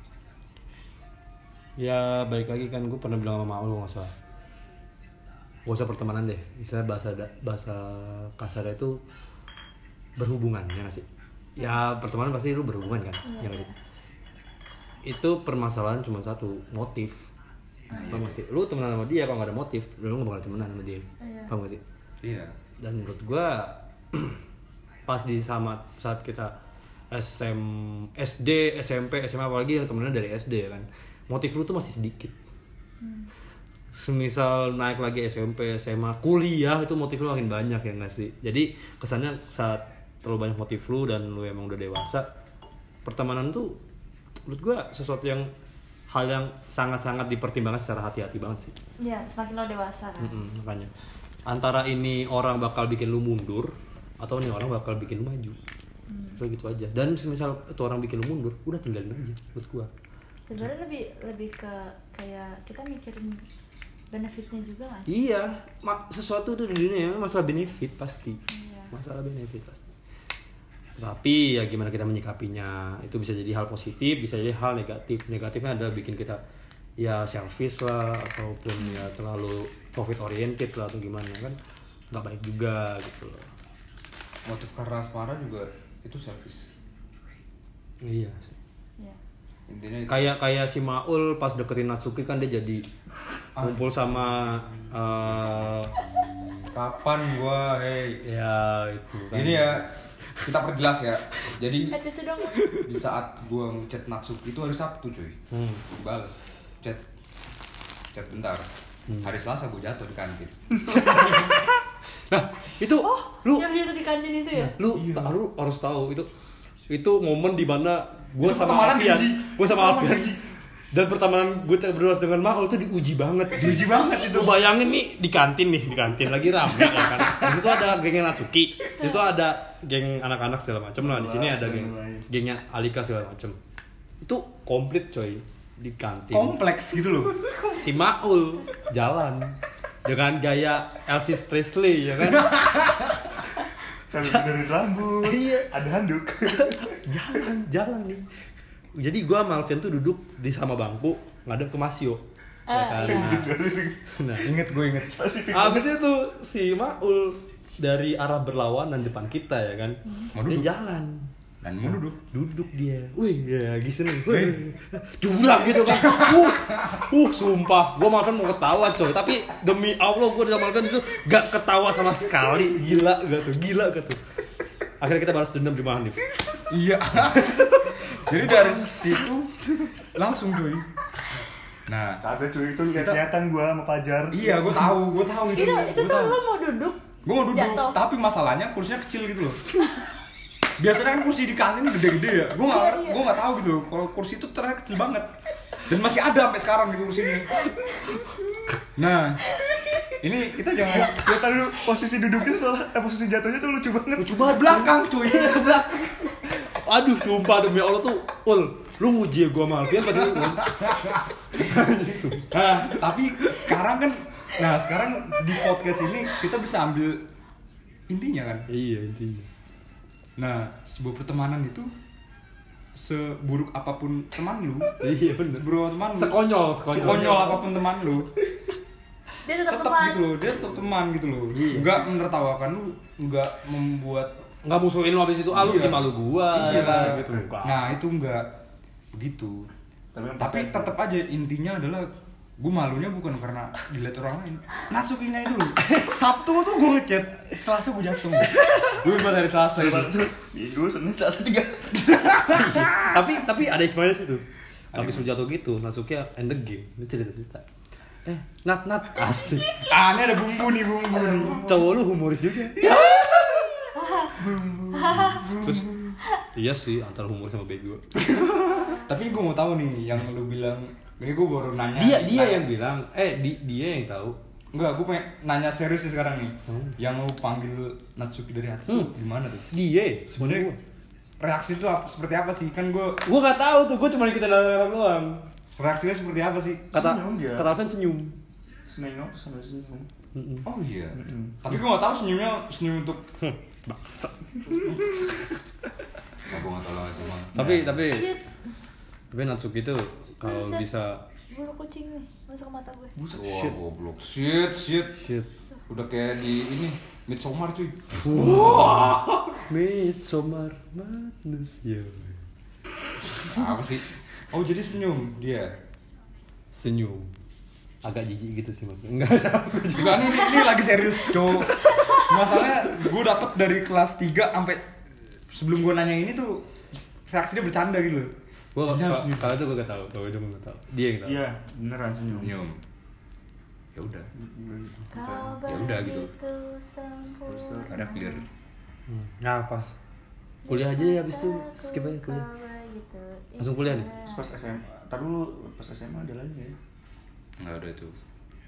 Ya balik lagi kan gue pernah bilang sama Maul nggak salah. Gak usah pertemanan deh, istilah bahasa bahasa kasarnya itu berhubungan ya nggak sih? Ya pertemanan pasti lu berhubungan kan, ya nggak sih? Itu permasalahan cuma satu, motif. Paham nggak sih? Lu temenan sama dia kalau nggak ada motif, lu nggak bakal temenan sama dia. Iya. Paham nggak sih? Iya. Dan menurut gua pas di sama saat kita S M S D, S M P, S M A apalagi yang temennya dari S D ya kan, motif lu tuh masih sedikit. Semisal naik lagi S M P, S M A, kuliah itu motif lu makin banyak ya nggak sih? Jadi kesannya saat terlalu banyak motif lu dan lu emang udah dewasa, pertemanan tuh menurut gua sesuatu yang hal yang sangat-sangat dipertimbangkan secara hati-hati banget sih. Iya, semakin lo dewasa kan. Mm-mm, makanya antara ini orang bakal bikin lu mundur atau ini orang bakal bikin lu maju. So gitu aja. Dan semisal itu orang bikin lu mundur, udah tinggalin aja menurut gua. Sebenarnya lebih lebih ke kayak kita mikirin benefitnya juga nggak sih? Iya, ma- sesuatu tuh di dunia masalah benefit pasti. Iya. Masalah benefit pasti. Tapi ya gimana kita menyikapinya, itu bisa jadi hal positif, bisa jadi hal negatif. Negatifnya adalah bikin kita ya selfish lah, ataupun ya terlalu profit oriented lah, atau gimana kan nggak baik juga gitu loh. Motif karena asmara juga itu selfish. Iya sih. Iya. Intinya itu. Kayak kayak si Maul pas deketin Natsuki kan dia jadi ngumpul sama eh, Kapan gua, hey. ya itu kan. Ini ya, kita perjelas ya. Jadi Eh tisu dong. di saat gua ngechat Natsuki itu hari Sabtu cuy. Hmm. Balas chat chat bentar. Hari Selasa gua jatuh di kantin. Nah, itu lu Yang situ di kantin itu ya? lu lu harus tahu itu itu momen dimana gue Itu sama pertemanan Alfian diuji. gue sama Pertemanan Alfian diuji. dan pertemanan gue berdua dengan Maul tuh diuji banget Diuji banget itu. Lu bayangin nih di kantin nih di kantin lagi rame ya kan di situ ada gengnya Natsuki di situ ada geng anak-anak segala macam nah di sini ada geng gengnya Alika segala macam itu komplit coy di kantin Kompleks gitu loh. si Maul jalan dengan gaya Elvis Presley ya kan Sambil benerin rambut. Iya. Ada handuk. jalan jalan nih jadi gua sama Alfian tuh duduk di sama bangku ngadep ke Masio Ah, ya kan? iya. nah, Ingat gue inget. Spesifik. abis itu si Maul dari arah berlawanan depan kita ya kan Mau dia duduk. jalan Dan mau duduk. duduk dia wih ya gitu nih wih jurang gitu kan uh uh sumpah gua makan mau ketawa coy tapi demi Allah gua udah makan itu gak ketawa sama sekali gila gak tuh gila gak tuh akhirnya kita balas dendam di Mahanif Iya. Jadi dari situ langsung cuy. Nah, Kagak cuy, itu lihat-lihatan gua sama Pajar. iya gue tahu, gue tahu itu. Itu itu Gua tuh tahu. lo mau duduk? Gue mau duduk, Jatuh. tapi masalahnya kursinya kecil gitu loh. Biasanya kan kursi di kantin gede-gede ya. Gue nggak, Iya. gue nggak tahu gitu loh. Kalau kursi itu ternyata kecil banget. Dan masih ada sampai sekarang gitu kursinya. Nah, ini kita jangan Lihat dulu posisi duduknya soalnya eh, posisi jatuhnya tuh lucu banget. coba belakang cuy. ke belakang. Aduh, sumpah demi Allah tuh, Ul, lu nguji gua sama Alfian pasti lu. Nah, tapi sekarang kan, nah sekarang di podcast ini kita bisa ambil intinya kan. Iya, intinya. Nah, sebuah pertemanan itu seburuk apapun teman lu, Iya, bener. seburuk teman lu, Sekonyol, sekonyol. sekonyol apapun teman lu, Dia tetap tetap teman. gitu loh, dia tetap teman gitu loh. Enggak menertawakan lu, enggak membuat Nggak musuhin lu abis itu, ah lu Iya. bikin malu gua, Iya. ya kan, gitu. Nah, itu enggak begitu. Tapi yang Tapi pasti- tetap aja intinya adalah gue malunya bukan karena dilihat orang lain. Natsukinya itu loh. Sabtu tuh gue ngechat, Selasa gue jatuh. Lu buat hari Selasa itu. Minggu, Senin, Selasa, tiga. tapi tapi ada hikmahnya sih tuh. Habis lu jatuh gitu, Natsuki end the game. Ini cerita-cerita. Eh, Nat Nat asik. Ah, ini ada bumbu nih, bumbu nih. Cowok lu humoris juga. Terus iya sih antara humor sama bego. Tapi gue mau tahu nih yang lu bilang, ini gue baru nanya. Dia dia nanya- yang bilang, eh di, dia yang tahu. Enggak, gue pengen nanya serius nih sekarang nih. Hmm. Yang lu panggil Natsuki dari hati Hmm. tuh gimana tuh? Dia Sebenarnya reaksi itu apa, seperti apa sih? Kan gue Gue nggak tahu tuh, gue cuma kita dalam doang. reaksinya seperti apa sih? Kata Senyum dia. kata Alvin senyum. Senengok sampai senyum. Mm-mm. Oh iya. Mm-mm. Tapi gue gak tahu senyumnya senyum untuk. Baksa. Nah, gue gak tahu lah itu mah. Tapi Nah. tapi Shit, tapi Natsuki itu kalau Buset. bisa bulu kucing nih masuk ke mata gue. Buset. Wah, Shit. goblok. Shit, shit. shit. Udah kayak di ini Midsommar cuy. Midsommar Madness ya. Apa sih? Oh, jadi senyum dia. Senyum. Agak jijik gitu sih maksudnya. Enggak tahu. Enggak, ini, ini, ini lagi serius, cowok. Masalahnya gue dapet dari kelas tiga sampai sebelum gue nanya ini tuh reaksi dia bercanda gitu loh. Gue Senyum, senyum. kalau itu gue gak tahu, kalau itu gue gak tahu. Dia yang tahu. Iya, beneran senyum. Senyum. Ya udah, Kau Ya udah gitu. begitu sempurna. ada clear. Hmm. Nah pas kuliah aja ya abis itu skip aja kuliah. Langsung kuliah nih? Terus pas S M A, tar dulu pas S M A ada lagi ya. Enggak ada itu.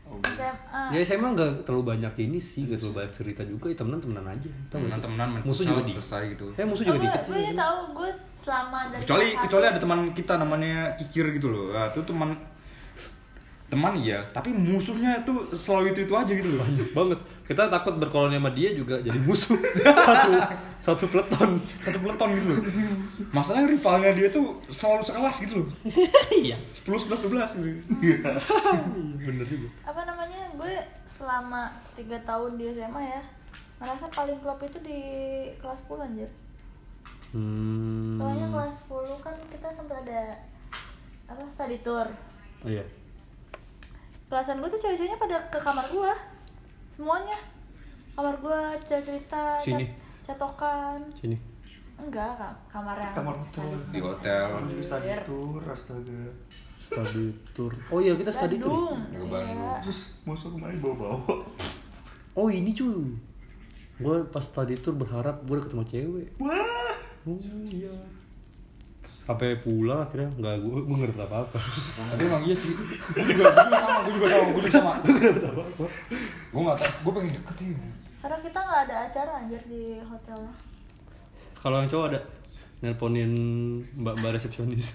Oh, S M A. Ya saya emang nggak terlalu banyak ini sih, nggak terlalu banyak cerita juga. Ya temenan temenan aja. Tahu nggak sih? Temenan-temenan main Musuh futsal, juga di. selesai gitu. Eh musuh Oh, juga gue, dikit sih. gue tahu gue selama dari Kecuali kelas kecuali satu. ada teman kita namanya Kikir gitu loh. Nah, itu teman teman iya, tapi musuhnya tuh selalu itu itu aja gitu loh. Banyak banget. Kita takut berkoloni sama dia juga jadi musuh. satu satu peleton. Satu peleton gitu loh. Masalahnya rivalnya dia tuh selalu sekelas gitu loh. Iya. sepuluh, sebelas, dua belas gitu. Bener juga. Apa namanya, gue selama tiga tahun di S M A ya merasa paling klop itu di kelas sepuluh anjir. Hmm. Soalnya kelas sepuluh kan kita sempat ada apa study tour. Oh iya. Kelasan gue tuh cewek-ceweknya pada ke kamar gue semuanya. Kamar gue cerita, Sini. catokan. Sini. Enggak, ka- kamar yang Kamar hotel. study Di hotel. Lagi study tour, astaga. Study tour. Oh iya kita study tour. Bandung. Ya, ke Iya. Bandung. Terus musuh kemarin bawa-bawa. Oh ini cuy. Gue pas study tour berharap gue udah ketemu cewek. Wah. Oh iya. Sampai pulang akhirnya nggak gue gue ngerti apa apa. Tapi emang iya sih. Gue juga, gue juga sama, gue juga sama, gue juga sama. Gue nggak tahu, gue pengen deket ya. Karena kita nggak ada acara anjir di hotel. Kalau yang cowok ada nelponin mbak-mbak resepsionis.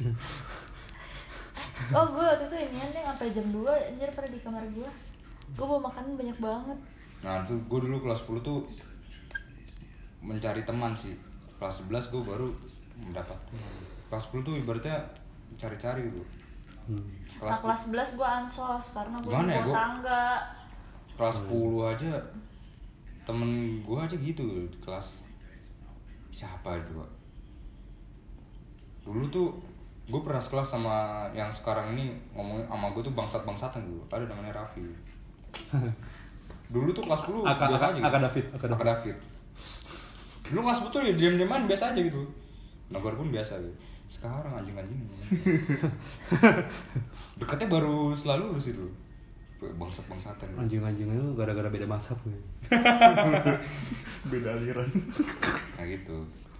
Oh gue waktu itu inian nih sampai jam dua anjir pada di kamar gue. Gue bawa makanan banyak banget. Nah itu gue dulu kelas sepuluh tuh mencari teman sih. Kelas sebelas gue baru mendapat. Kelas sepuluh tuh ibaratnya cari-cari gitu. Hmm. Kelas nah kelas sebelas gue ansos karena gue Gimana ya, bawa gua- tangga. Kelas sepuluh aja temen gue aja gitu di kelas. Siapa juga? Dulu tuh gue pernah sekelas sama yang sekarang ini ngomongin sama gue tuh bangsat-bangsatan dulu. Ada namanya Raffi. Dulu tuh kelas sepuluh Aka- biasa Aka- aja. Aka David, Aka Aka David. Dulu kelas sepuluh tuh ya diam-diaman biasa aja gitu. Negor pun biasa gitu. Sekarang anjing-anjing. Deketnya baru selalu lulus itu. Bangsat-bangsatan. Anjing-anjing itu gara-gara beda mazhab gue. Beda aliran. Nah gitu.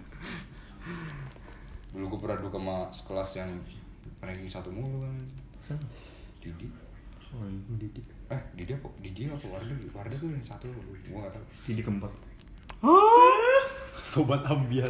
Dulu gue pernah duduk sama sekelas yang ranking satu mulu kan. Didi. Oh, iya. Didi. Eh Didi apa? Didi apa Wardah? Wardah tuh yang satu, gue gak tau. Jadi keempat. Sobat ambiar.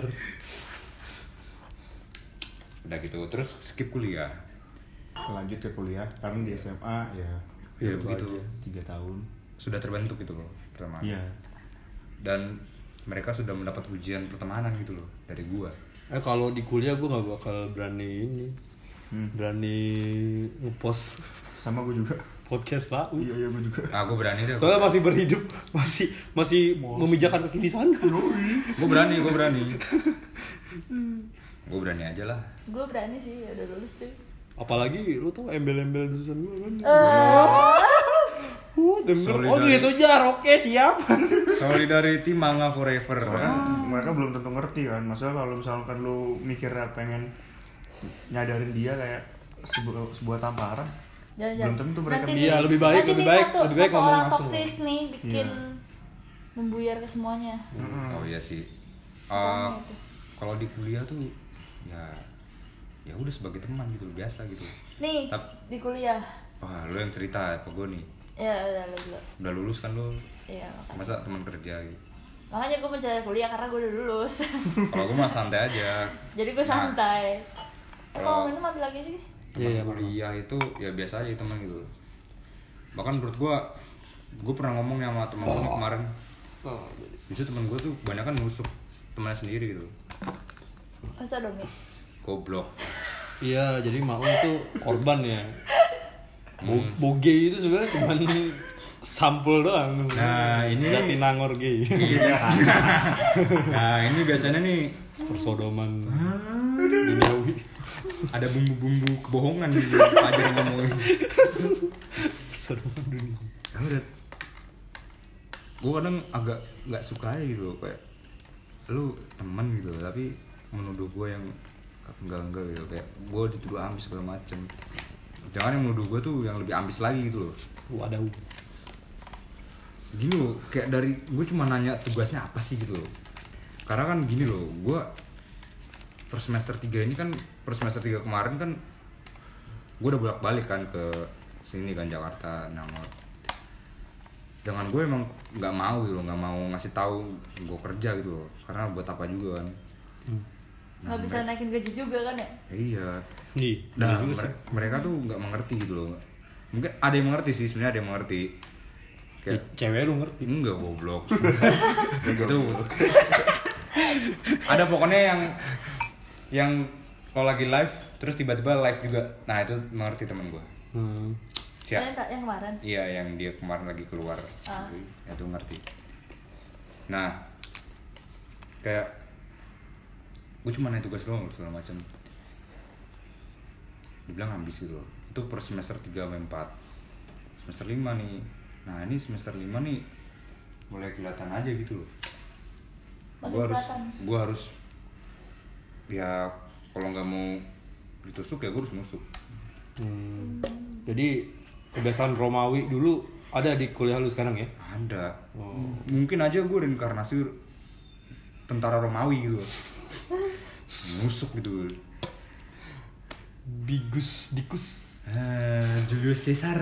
Udah gitu, terus skip kuliah. Lanjut ke kuliah karena di S M A ya Iya Itu begitu. aja. tiga tahun. Sudah terbentuk gitu loh pertemanan. Iya. Dan mereka sudah mendapat ujian pertemanan gitu loh dari gua. Eh kalau di kuliah gue nggak bakal berani ini, Hmm. berani ngepost Sama gue juga. podcast lah. Iya iya gue juga. Ah gua berani deh. Soalnya masih berhidup, masih masih memijakan kaki di sana. Gua berani, gua berani. Gua berani aja lah. Gue berani sih, udah lulus cuy. Apalagi lu tau embel-embel jurusan gue kan. Eh, Oh, denger. Oh Solidari- gitu jar, oke siap. Solidarity manga forever. Soalnya mereka belum tentu ngerti kan. Masalah kalau misalkan lu mikirnya pengen nyadarin dia kayak sebuah, sebuah tamparan, Jangan-jangan. belum tentu mereka Nanti bisa. Iya, nih- lebih baik- nanti lebih nih baik- satu, lebih baik satu ngomong orang langsung. toksik nih bikin Iya. membuyar ke semuanya. Oh iya sih. Sama Uh, itu. kalau di kuliah tuh ya ya udah sebagai teman gitu biasa gitu. Nih Tap- di kuliah. Wah, lu yang cerita apa gue nih? Ya udah lu dulu. Udah lulus kan lu? Iya makanya. Masa teman kerja gitu? Makanya gue mencari kuliah karena gue udah lulus. Kalau gue mah santai aja. Jadi gue Nah, santai. Eh, kalau- kalau minum ambil lagi sih. teman Iya, iya, kuliah itu ya biasa aja teman gitu. Bahkan menurut gue, gue pernah ngomong nih sama teman gue kemarin. Justru teman gue tuh kebanyakan nusuk temannya sendiri gitu. Masa dong nih? Goblok. Iya, jadi Maung tuh korban ya. Bo Boge itu sebenarnya cuma sampul doang. Nah, ini- Jatinangor gay. Iya. Nah ini biasanya nih Persodoman duniawi. ada bumbu-bumbu kebohongan nih Pak Ajar ngomongin. Persodoman dunia. Ya udah. Gue kadang agak nggak suka aja gitu loh kayak lu teman gitu tapi menuduh gue yang enggak enggak gitu kayak gue dituduh ambis segala macem. Jangan yang menuduh gue tuh yang lebih ambis lagi gitu loh. Waduh. Gini loh kayak dari gue cuma nanya tugasnya apa sih gitu loh. Karena kan gini loh gue per semester tiga ini kan per semester tiga kemarin kan gue udah bolak balik kan ke sini kan Jakarta Nangor. dengan gue emang nggak mau gitu loh, nggak mau ngasih tahu gue kerja gitu loh, karena buat apa juga kan. Hmm. Nggak bisa naikin gaji juga kan ya? Iya. Nih, Nah, juga mere- sih. mereka tuh nggak mengerti gitu loh. Mungkin ada yang mengerti sih, sebenarnya ada yang mengerti. Kayak Cewek lu ngerti. enggak goblok. Gitu. Ada pokoknya yang yang kalau lagi live terus tiba-tiba live juga. Nah, itu mengerti teman gue. Hmm. Siap. Yang, tak- yang kemarin. Iya, yang dia kemarin lagi keluar. Ah. Itu ngerti. Nah, kayak gue cuma naik tugas doang segala macam. Dibilang ambis gitu loh. Itu per semester tiga sampai empat. Semester lima nih. Nah, ini semester lima nih mulai kelihatan aja gitu loh. Makin Gue harus kelihatan. gue harus ya kalau nggak mau ditusuk ya gue harus nusuk. Hmm. Jadi kebiasaan Romawi dulu ada di kuliah lu sekarang ya? Ada. Oh. Mungkin aja gue reinkarnasi tentara Romawi gitu. Nusuk gitu. Bigus Dikus. Ah, Julius Caesar.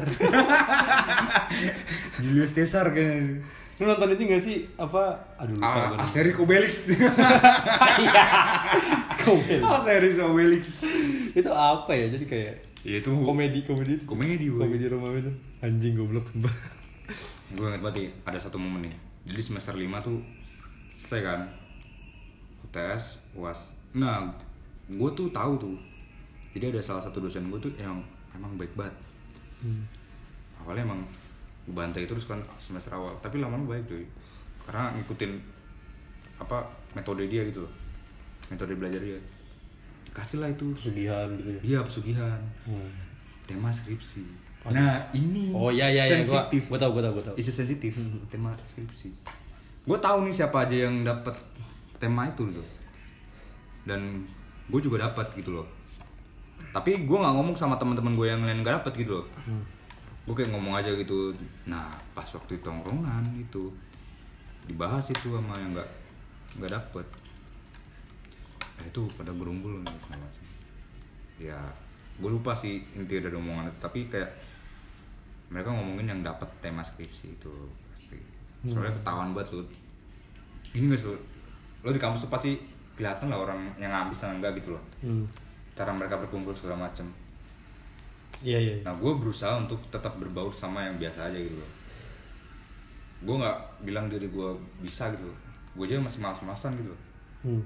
Julius Caesar kayaknya. Lu nonton itu gak sih? Apa? Aduh lupa Ah, gua. Asterix Obelix. Iya. Komedi. Asterix Obelix. Itu apa ya? Jadi kayak Ya itu komedi komedi itu. Komedi, boy. Komedi Romawi itu. Anjing goblok sumpah. Gue inget banget nih, ada satu momen nih. Jadi semester lima tuh selesai kan U T S, U A S. Nah, gue tuh tahu tuh. Jadi ada salah satu dosen gue tuh yang emang baik banget. Hmm. Awalnya emang gue bantai terus kan semester awal, tapi lama-lama baik cuy. Karena ngikutin apa metode dia gitu loh. Metode belajar dia. Dikasih lah itu. Pesugihan gitu ya. Iya, pesugihan. Hmm. Tema skripsi. Nah, ini Oh iya iya iya gua sensitif. gua tahu gua tahu gua tahu. Isu sensitif, tema skripsi. Gue tahu nih siapa aja yang dapat tema itu gitu. Dan gue juga dapat gitu loh. Tapi gue nggak ngomong sama teman-teman gue yang lain nggak dapat gitu loh. Hmm. Gue kayak ngomong aja gitu. Nah, pas waktu di tongkrongan itu dibahas itu sama yang nggak nggak dapet. Eh, itu pada gerumbul nih segala macam. Ya, gue lupa sih inti dari omongan itu. Tapi kayak mereka ngomongin yang dapat tema skripsi itu pasti. Soalnya ketahuan banget lu. Ini nggak sih, lo di kampus tuh pasti kelihatan lah orang yang ngabis sama enggak gitu loh. Hmm. Cara mereka berkumpul segala macam. Iya iya. Nah, gue berusaha untuk tetap berbaur sama yang biasa aja gitu loh. Gue nggak bilang diri gue bisa gitu. Gue aja masih malas-malasan gitu. Hmm.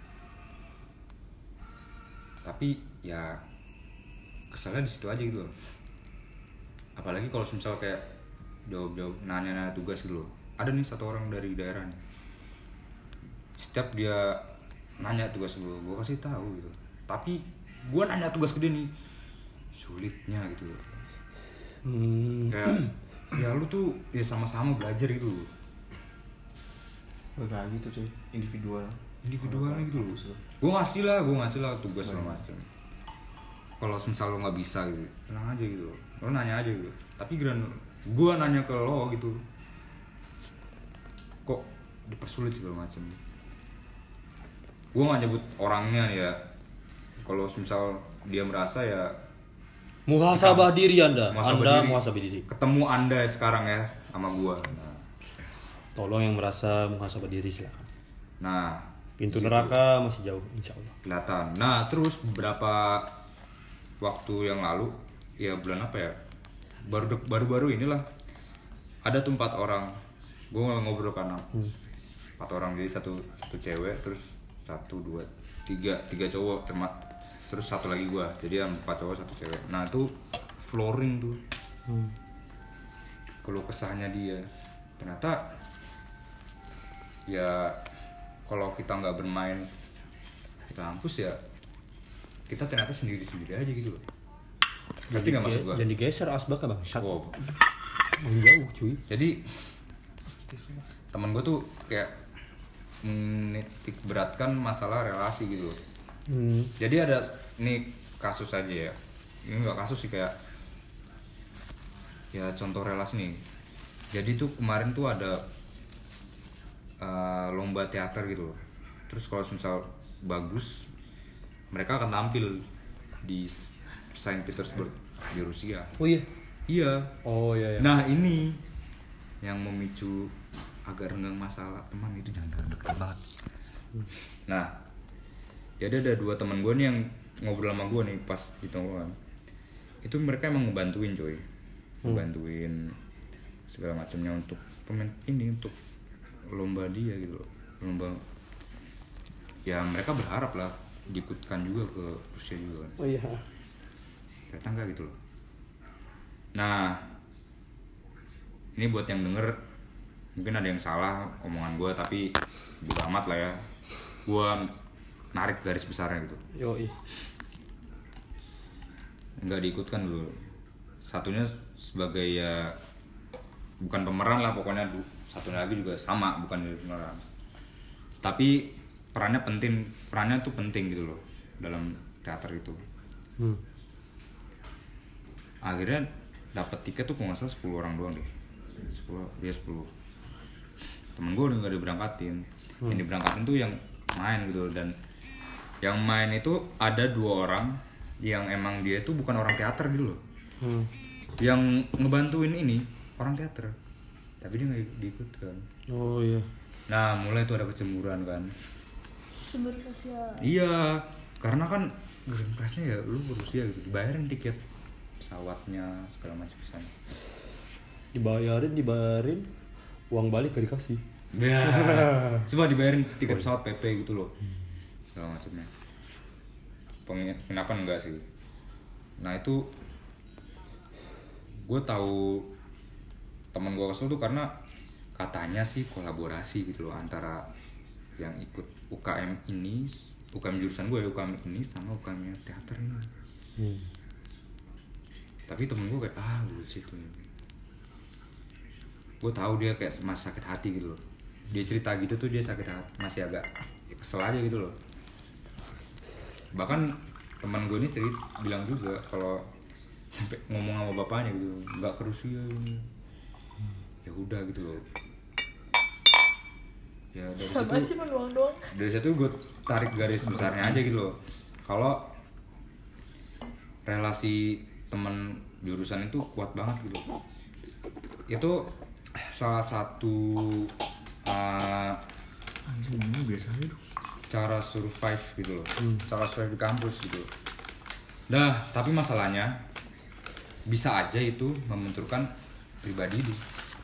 Tapi ya keselnya di situ aja gitu loh. Apalagi kalau misal kayak jawab-jawab nanya-nanya tugas gitu loh. Ada nih satu orang dari daerah nih. Setiap dia nanya tugas gue, gue kasih tahu gitu. Tapi gue nanya tugas ke dia nih, sulitnya gitu loh. Hmm. Kayak ya lu tuh ya sama-sama belajar gitu. Gak kayak gitu cuy, individual. Individualnya gitu loh. Gue ngasih lah, gue ngasih lah tugas segala macam. Kalau misal lo nggak bisa gitu, tenang aja gitu. Lo nanya aja gitu. Tapi gran gue nanya ke lo gitu, kok dipersulit segala macam. Gue nggak nyebut orangnya nih ya. Kalau misal dia merasa ya Muhasabah diri Anda. muhasabah Anda diri. muhasabah diri. Ketemu anda sekarang ya sama gue. Nah, Tolong yang merasa muhasabah diri silakan. nah Pintu di situ neraka masih jauh insya Allah. kelihatan. Nah terus beberapa waktu yang lalu, ya bulan apa ya? Baru baru-baru inilah ada tuh empat orang. Gue ngobrol kan Hmm. empat orang, jadi satu satu cewek, terus satu dua tiga tiga cowok terma terus satu lagi gue, jadi empat cowok satu cewek. Nah itu flooring tuh. Hmm. Kalau kesahnya dia ternyata ya kalau kita nggak bermain di kampus ya kita ternyata sendiri-sendiri aja gitu loh. Berarti nggak masuk gua. Jangan digeser asbaknya bang. Shut. Wow. Yang jauh cuy. Jadi temen gue tuh kayak menitik beratkan masalah relasi gitu loh. Hmm. Jadi ada nih kasus aja ya. Ini nggak kasus sih, kayak ya contoh relasi nih. Jadi tuh kemarin tuh ada uh, lomba teater gitu loh. Terus kalau misal bagus, mereka akan tampil di Saint Petersburg di Rusia. Oh iya. Iya. Oh iya. iya. Nah ini yang memicu agar renggang masalah teman itu jangan deket banget. Nah, jadi ada dua teman gue nih yang ngobrol sama gue nih pas di tongkrongan. Itu mereka emang ngebantuin coy, ngebantuin segala macamnya untuk pemain ini, untuk lomba dia gitu loh, lomba. Ya mereka berharap lah diikutkan juga ke Rusia juga kan. Oh iya. Ternyata enggak gitu loh. Nah, ini buat yang denger mungkin ada yang salah omongan gue, tapi bodo amat lah ya. Gue narik garis besarnya gitu. Yoi. Enggak diikutkan dulu. Satunya sebagai ya bukan pemeran lah pokoknya. Satunya lagi juga sama, bukan jadi pemeran. Tapi perannya penting, perannya tuh penting gitu loh dalam teater itu. Hmm. Akhirnya dapat tiket tuh kalau nggak salah sepuluh orang doang deh. sepuluh, dia sepuluh. Temen gue udah nggak diberangkatin. Hmm. Yang diberangkatin tuh yang main gitu, dan yang main itu ada dua orang yang emang dia itu bukan orang teater gitu loh. Hmm. Yang ngebantuin ini orang teater, tapi dia nggak diikutkan. Oh iya. Nah mulai tuh ada kecemburuan kan. Cemburu sosial. Iya, karena kan grand prize-nya ya lu berusia gitu, dibayarin tiket pesawatnya segala macam misalnya. Dibayarin, dibayarin, uang balik gak dikasih. Ya, cuma dibayarin tiket pesawat P P gitu loh, segala macamnya. Penginapan enggak sih. Nah itu gue tahu teman gue kesel tuh karena katanya sih kolaborasi gitu loh antara yang ikut U K M ini, U K M jurusan gue ya, U K M ini sama U K M teater ini. Hmm. Tapi temen gue kayak ah bullshit tuh. Gue tahu dia kayak masih sakit hati gitu loh. Dia cerita gitu tuh dia sakit hati, masih agak ya kesel aja gitu loh. Bahkan teman gue ini cerita bilang juga kalau sampai ngomong sama bapaknya gitu, nggak ke Rusia ini. Ya udah gitu loh. Ya dari sama situ, sih menuang doang. dari situ gue tarik garis besarnya aja gitu loh. Kalau relasi teman jurusan itu kuat banget gitu. Itu salah satu uh, anjing ini biasa aja dong. Cara survive gitu loh. Hmm. Cara survive di kampus gitu. Nah, tapi masalahnya bisa aja itu membenturkan pribadi lu.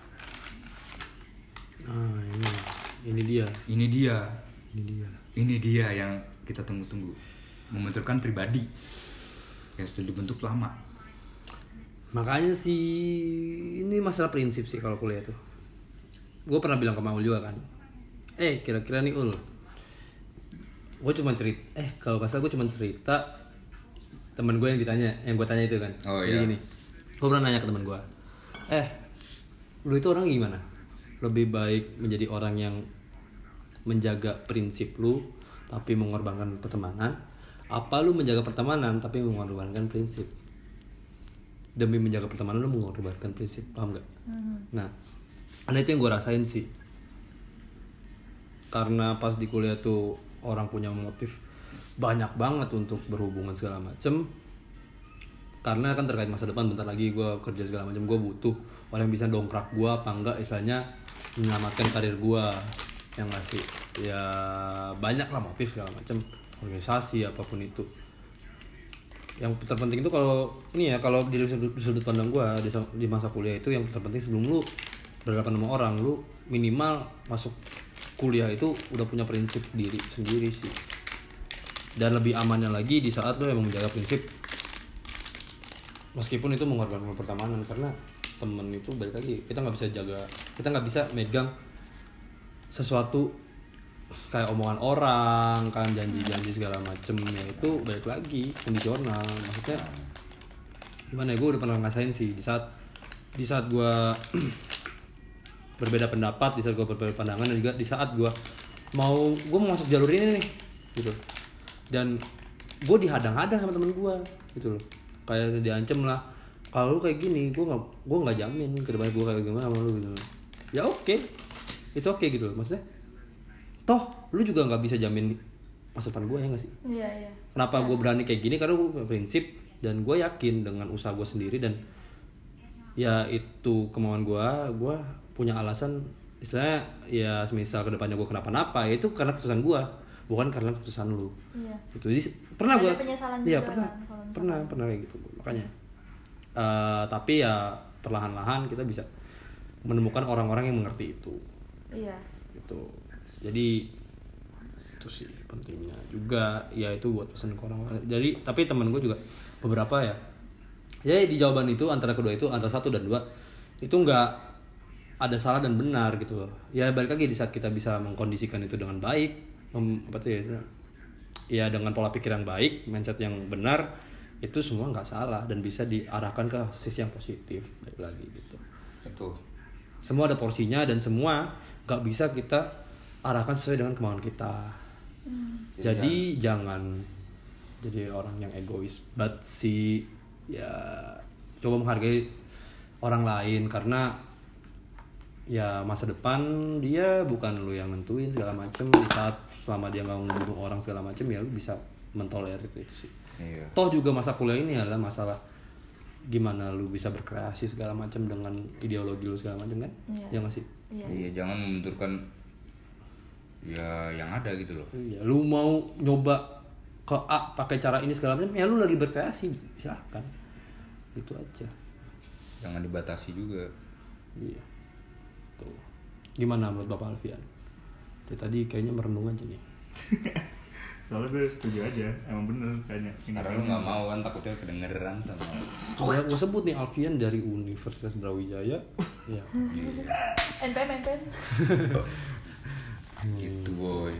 Ah, ini. Ini dia. Ini dia. Ini dia. Ini dia yang kita tunggu-tunggu. Membenturkan pribadi yang sudah dibentuk lama. Makanya sih ini masalah prinsip sih kalau kuliah tuh. Gue pernah bilang ke Maul juga kan. Eh kira-kira nih Ul, gue cuma cerita. Eh kalau kasar gue cuma cerita teman gue yang ditanya, yang gue tanya itu kan. Oh iya. Gini, gue pernah nanya ke teman gue. Eh, lu itu orang gimana? Lebih baik menjadi orang yang menjaga prinsip lu tapi mengorbankan pertemanan, apa lu menjaga pertemanan tapi mengorbankan prinsip? Demi menjaga pertemanan lu mengorbankan prinsip, paham gak? Mm-hmm. Nah, karena itu yang gue rasain sih. Karena pas di kuliah tuh orang punya motif banyak banget untuk berhubungan segala macem. Karena kan terkait masa depan, bentar lagi gue kerja segala macam, gue butuh orang yang bisa dongkrak gue apa enggak, istilahnya menyelamatkan karir gue, yang ngasih ya banyak lah motif segala macam, organisasi apapun itu. Yang terpenting itu kalau ini ya, kalau di sudut, sudut pandang gue di, di masa kuliah itu yang terpenting sebelum lu berhadapan sama orang, lu minimal masuk kuliah itu udah punya prinsip diri sendiri sih. Dan lebih amannya lagi di saat lu emang menjaga prinsip, meskipun itu mengorbankan pertemanan, karena temen itu balik lagi kita nggak bisa jaga, kita nggak bisa megang sesuatu kayak omongan orang kan, janji-janji segala macem ya, itu balik lagi kondisional. Maksudnya gimana ya, gue udah pernah ngerasain sih di saat di saat gue berbeda pendapat, di saat gue berbeda pandangan, dan juga di saat gue mau gue mau masuk jalur ini nih gitu, dan gue dihadang-hadang sama temen gue gitu loh, kayak diancem lah, kalau lu kayak gini gue nggak gue nggak jamin ke depan gue kayak gimana sama lu gitu. Ya oke, okay. It's okay gitu loh, maksudnya toh lu juga nggak bisa jamin masa depan gue, ya nggak sih? Iya iya. Kenapa gue berani kayak gini? Karena gue punya prinsip dan gue yakin dengan usaha gue sendiri, dan ya itu kemauan gue, gue punya alasan istilahnya ya semisal kedepannya gue kenapa-napa ya itu karena keputusan gue, bukan karena keputusan lu. Iya. Gitu. Jadi pernah gue, iya juga pernah, kan, kalau misalkan. pernah pernah kayak gitu makanya. Uh, tapi ya perlahan-lahan kita bisa menemukan orang-orang yang mengerti itu. Iya. Gitu. Jadi itu sih pentingnya juga ya itu buat pesan ke orang-orang. Jadi tapi temen gue juga beberapa ya. Jadi di jawaban itu antara kedua itu antara satu dan dua itu nggak ada salah dan benar gitu loh. Ya balik lagi di saat kita bisa mengkondisikan itu dengan baik, mem, apa tuh ya, ya dengan pola pikir yang baik, mindset yang benar, itu semua nggak salah dan bisa diarahkan ke sisi yang positif balik lagi gitu. Itu. Semua ada porsinya dan semua nggak bisa kita arahkan sesuai dengan kemauan kita. Hmm. Jadi jangan jadi orang yang egois, but si ya coba menghargai orang lain karena ya masa depan dia bukan lu yang nentuin segala macem. Di saat selama dia nggak membunuh orang segala macem ya lu bisa mentolerir itu sih. Iya. Toh juga masa kuliah ini adalah masalah gimana lu bisa berkreasi segala macam dengan ideologi lu segala macam kan? Iya. Ya nggak sih? Iya. Iya, jangan membenturkan ya yang ada gitu loh. Iya, lu mau nyoba ke A pakai cara ini segala macam, ya lu lagi berkreasi, silahkan. Itu aja. Jangan dibatasi juga. Iya. Tuh. Gimana menurut Bapak Alfian? Dari tadi kayaknya merenung aja nih. Soalnya gue setuju aja, emang bener kayaknya. Karena lu nggak mau kan takutnya kedengeran sama. Coba gue sebut nih Alfian dari Universitas Brawijaya. Iya. N P M N P M. Gitu boy.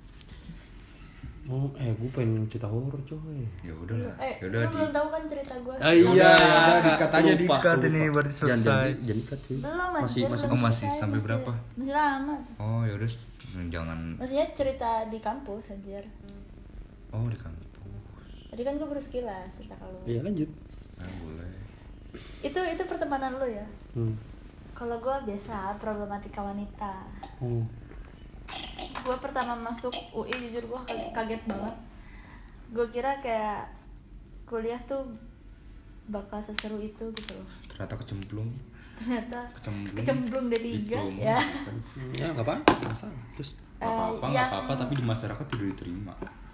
Oh, eh gue pengen cerita horor coy. Ya udah lah. Eh, Ya udah lu di. belum tahu kan cerita gue. Ah, iya, udah, dikat aja, lupa, dikat lupa. ini, berarti Jangan- selesai. Jangan, jangan dikat cuy. Belum Masih anjir, masih. Oh, masih selesai, sampai berapa? Masih lama. Oh ya udah jangan. Maksudnya cerita di kampus anjir. Oh di kampus. Tadi kan gue baru sekilas cerita kalau. Iya lanjut. Nah, boleh. Itu itu pertemanan lu ya. Hmm. Kalau gue biasa problematika wanita. Hmm. Gue pertama masuk U I jujur gue kaget banget. Gue kira kayak kuliah tuh bakal seseru itu gitu loh. Ternyata kecemplung. Ternyata Kecemplung. kecemplung D tiga Diploma. ya. Ya nggak apa-apa, nggak masalah. Terus Gak apa-apa, Eh, gak yang- apa-apa, tapi di masyarakat tidak diterima.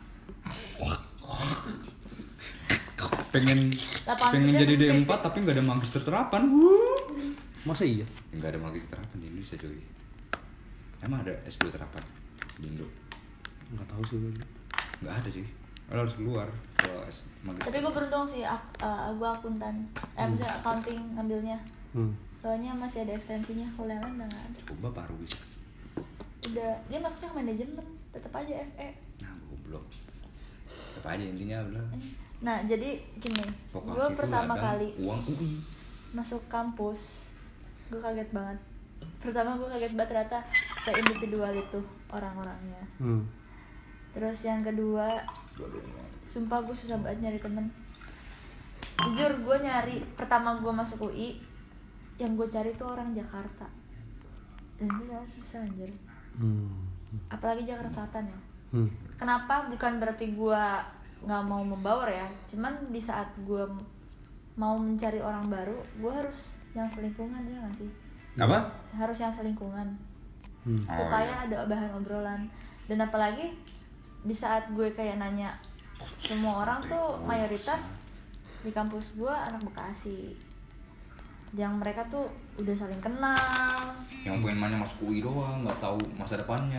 Pengen Lapangan pengen kerja jadi D sempit. empat tapi gak ada magister terapan. Wuh. masa iya? Gak ada magister terapan di Indonesia coy. Emang ada S dua terapan di Indo? Nggak tahu sih. gue. Gak ada sih. Lo harus keluar kalau S magister. Tapi gue beruntung sih, ak- uh, gue akuntan, eh maksudnya accounting ngambilnya. Hmm. Soalnya masih ada ekstensinya, kalau yang lain udah nggak ada. Coba Pak Ruis. Udah, dia masuknya ke manajemen, tetap aja F E. Nah goblok. Apa aja intinya adalah Nah jadi gini, vokasi gue itu pertama ladang, kali uang U I. masuk kampus, gue kaget banget. Pertama gue kaget banget ternyata se-individual itu orang-orangnya. Hmm. Terus yang kedua, sumpah gue susah banget nyari temen. Jujur gue nyari, pertama gue masuk U I, yang gue cari tuh orang Jakarta. Dan itu sangat susah anjir. Hmm. Apalagi Jakarta Selatan ya. Hmm. Kenapa? Bukan berarti gue gak mau membaur ya. Cuman di saat gue mau mencari orang baru, gue harus yang selingkungan ya gak sih? Apa? Harus yang selingkungan. Hmm. Oh, Supaya iya. ada bahan obrolan. Dan apalagi di saat gue kayak nanya, semua orang tuh mayoritas di kampus gue anak Bekasi. Yang mereka tuh udah saling kenal. Yang pengen mainnya masuk U I doang, nggak tahu masa depannya.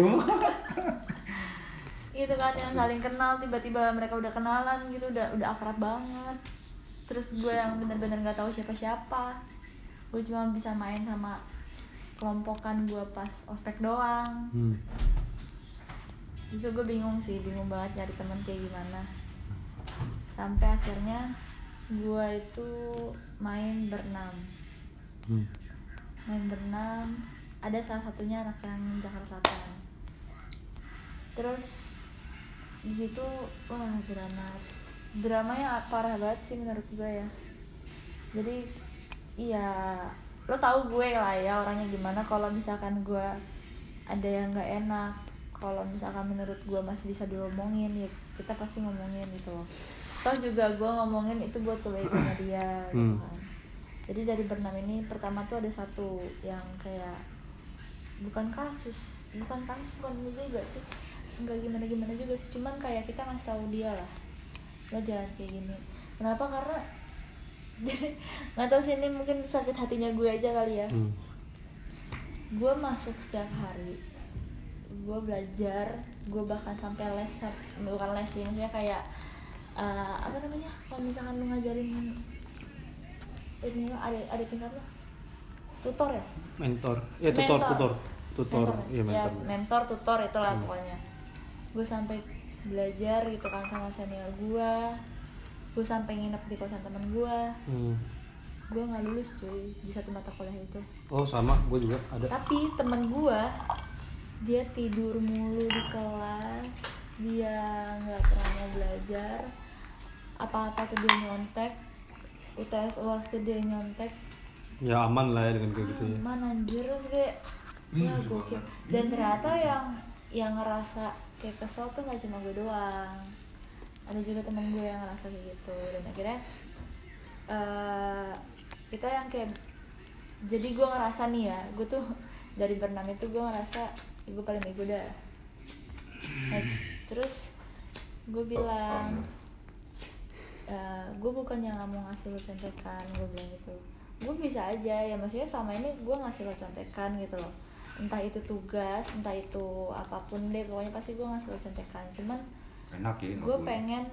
Gitu kan, yang saling kenal, tiba-tiba mereka udah kenalan gitu, udah udah akrab banget. Terus gue yang bener-bener nggak tahu siapa-siapa, gue cuma bisa main sama kelompokan gue pas ospek doang. Hmm. Itu gue bingung sih, bingung banget nyari teman kayak gimana. Sampai akhirnya gue itu main berenam, Hmm. main berenam. Ada salah satunya anak yang Jakarta Selatan. Terus di situ wah drama, dramanya parah banget sih menurut gue ya. Jadi iya, lo tahu gue lah ya orangnya gimana. Kalau misalkan gue ada yang nggak enak, kalau misalkan menurut gue masih bisa diomongin ya kita pasti ngomongin gitu loh. Toh juga gue ngomongin itu buat kebaikannya dia gitu Hmm. kan. Jadi dari berenam ini pertama tuh ada satu yang kayak bukan kasus, bukan kasus, bukan ini juga sih, nggak gimana gimana juga sih, cuman kayak kita ngasih tahu dia lah, lo jangan kayak gini. Kenapa? Karena jadi nggak tahu sih, ini mungkin sakit hatinya gue aja kali ya. Hmm. Gue masuk setiap hari, gue belajar, gue bahkan sampai les, bukan les sih, maksudnya kayak uh, apa namanya, kalau misalkan lu ngajarin ini ada ada tingkat lo, tutor ya, Mentor, ya tutor, Mentor. tutor, tutor, mentor, iya ya, mentor. mentor, tutor itulah Hmm. pokoknya. Gue sampai belajar gitu kan sama senior gue, gue sampai nginep di kosan temen gue, Hmm. gue nggak lulus cuy di satu mata kuliah itu. Oh sama, gue juga ada. Tapi temen gue dia tidur mulu di kelas, dia nggak pernah mau belajar, apa-apa tuh dia nyontek, U T S U A S tuh dia nyontek. Ya aman lah ya dengan kayak gitu ya. Aman anjir, terus kayak ya gokil. Dan ternyata yang yang ngerasa kayak kesel tuh nggak cuma gue doang, ada juga temen gue yang ngerasa kayak gitu. Dan akhirnya uh, kita yang kayak, jadi gue ngerasa nih ya, gue tuh dari berenam itu gue ngerasa ya gue paling bego dah. Next. Terus gue bilang uh, gue bukannya nggak mau ngasih lo contekan, gue bilang gitu. Gue bisa aja ya, maksudnya selama ini gue ngasih lo contekan gitu loh, entah itu tugas, entah itu apapun deh, pokoknya pasti gue ngasih lo contekan. Cuman Enak ya. gue pengen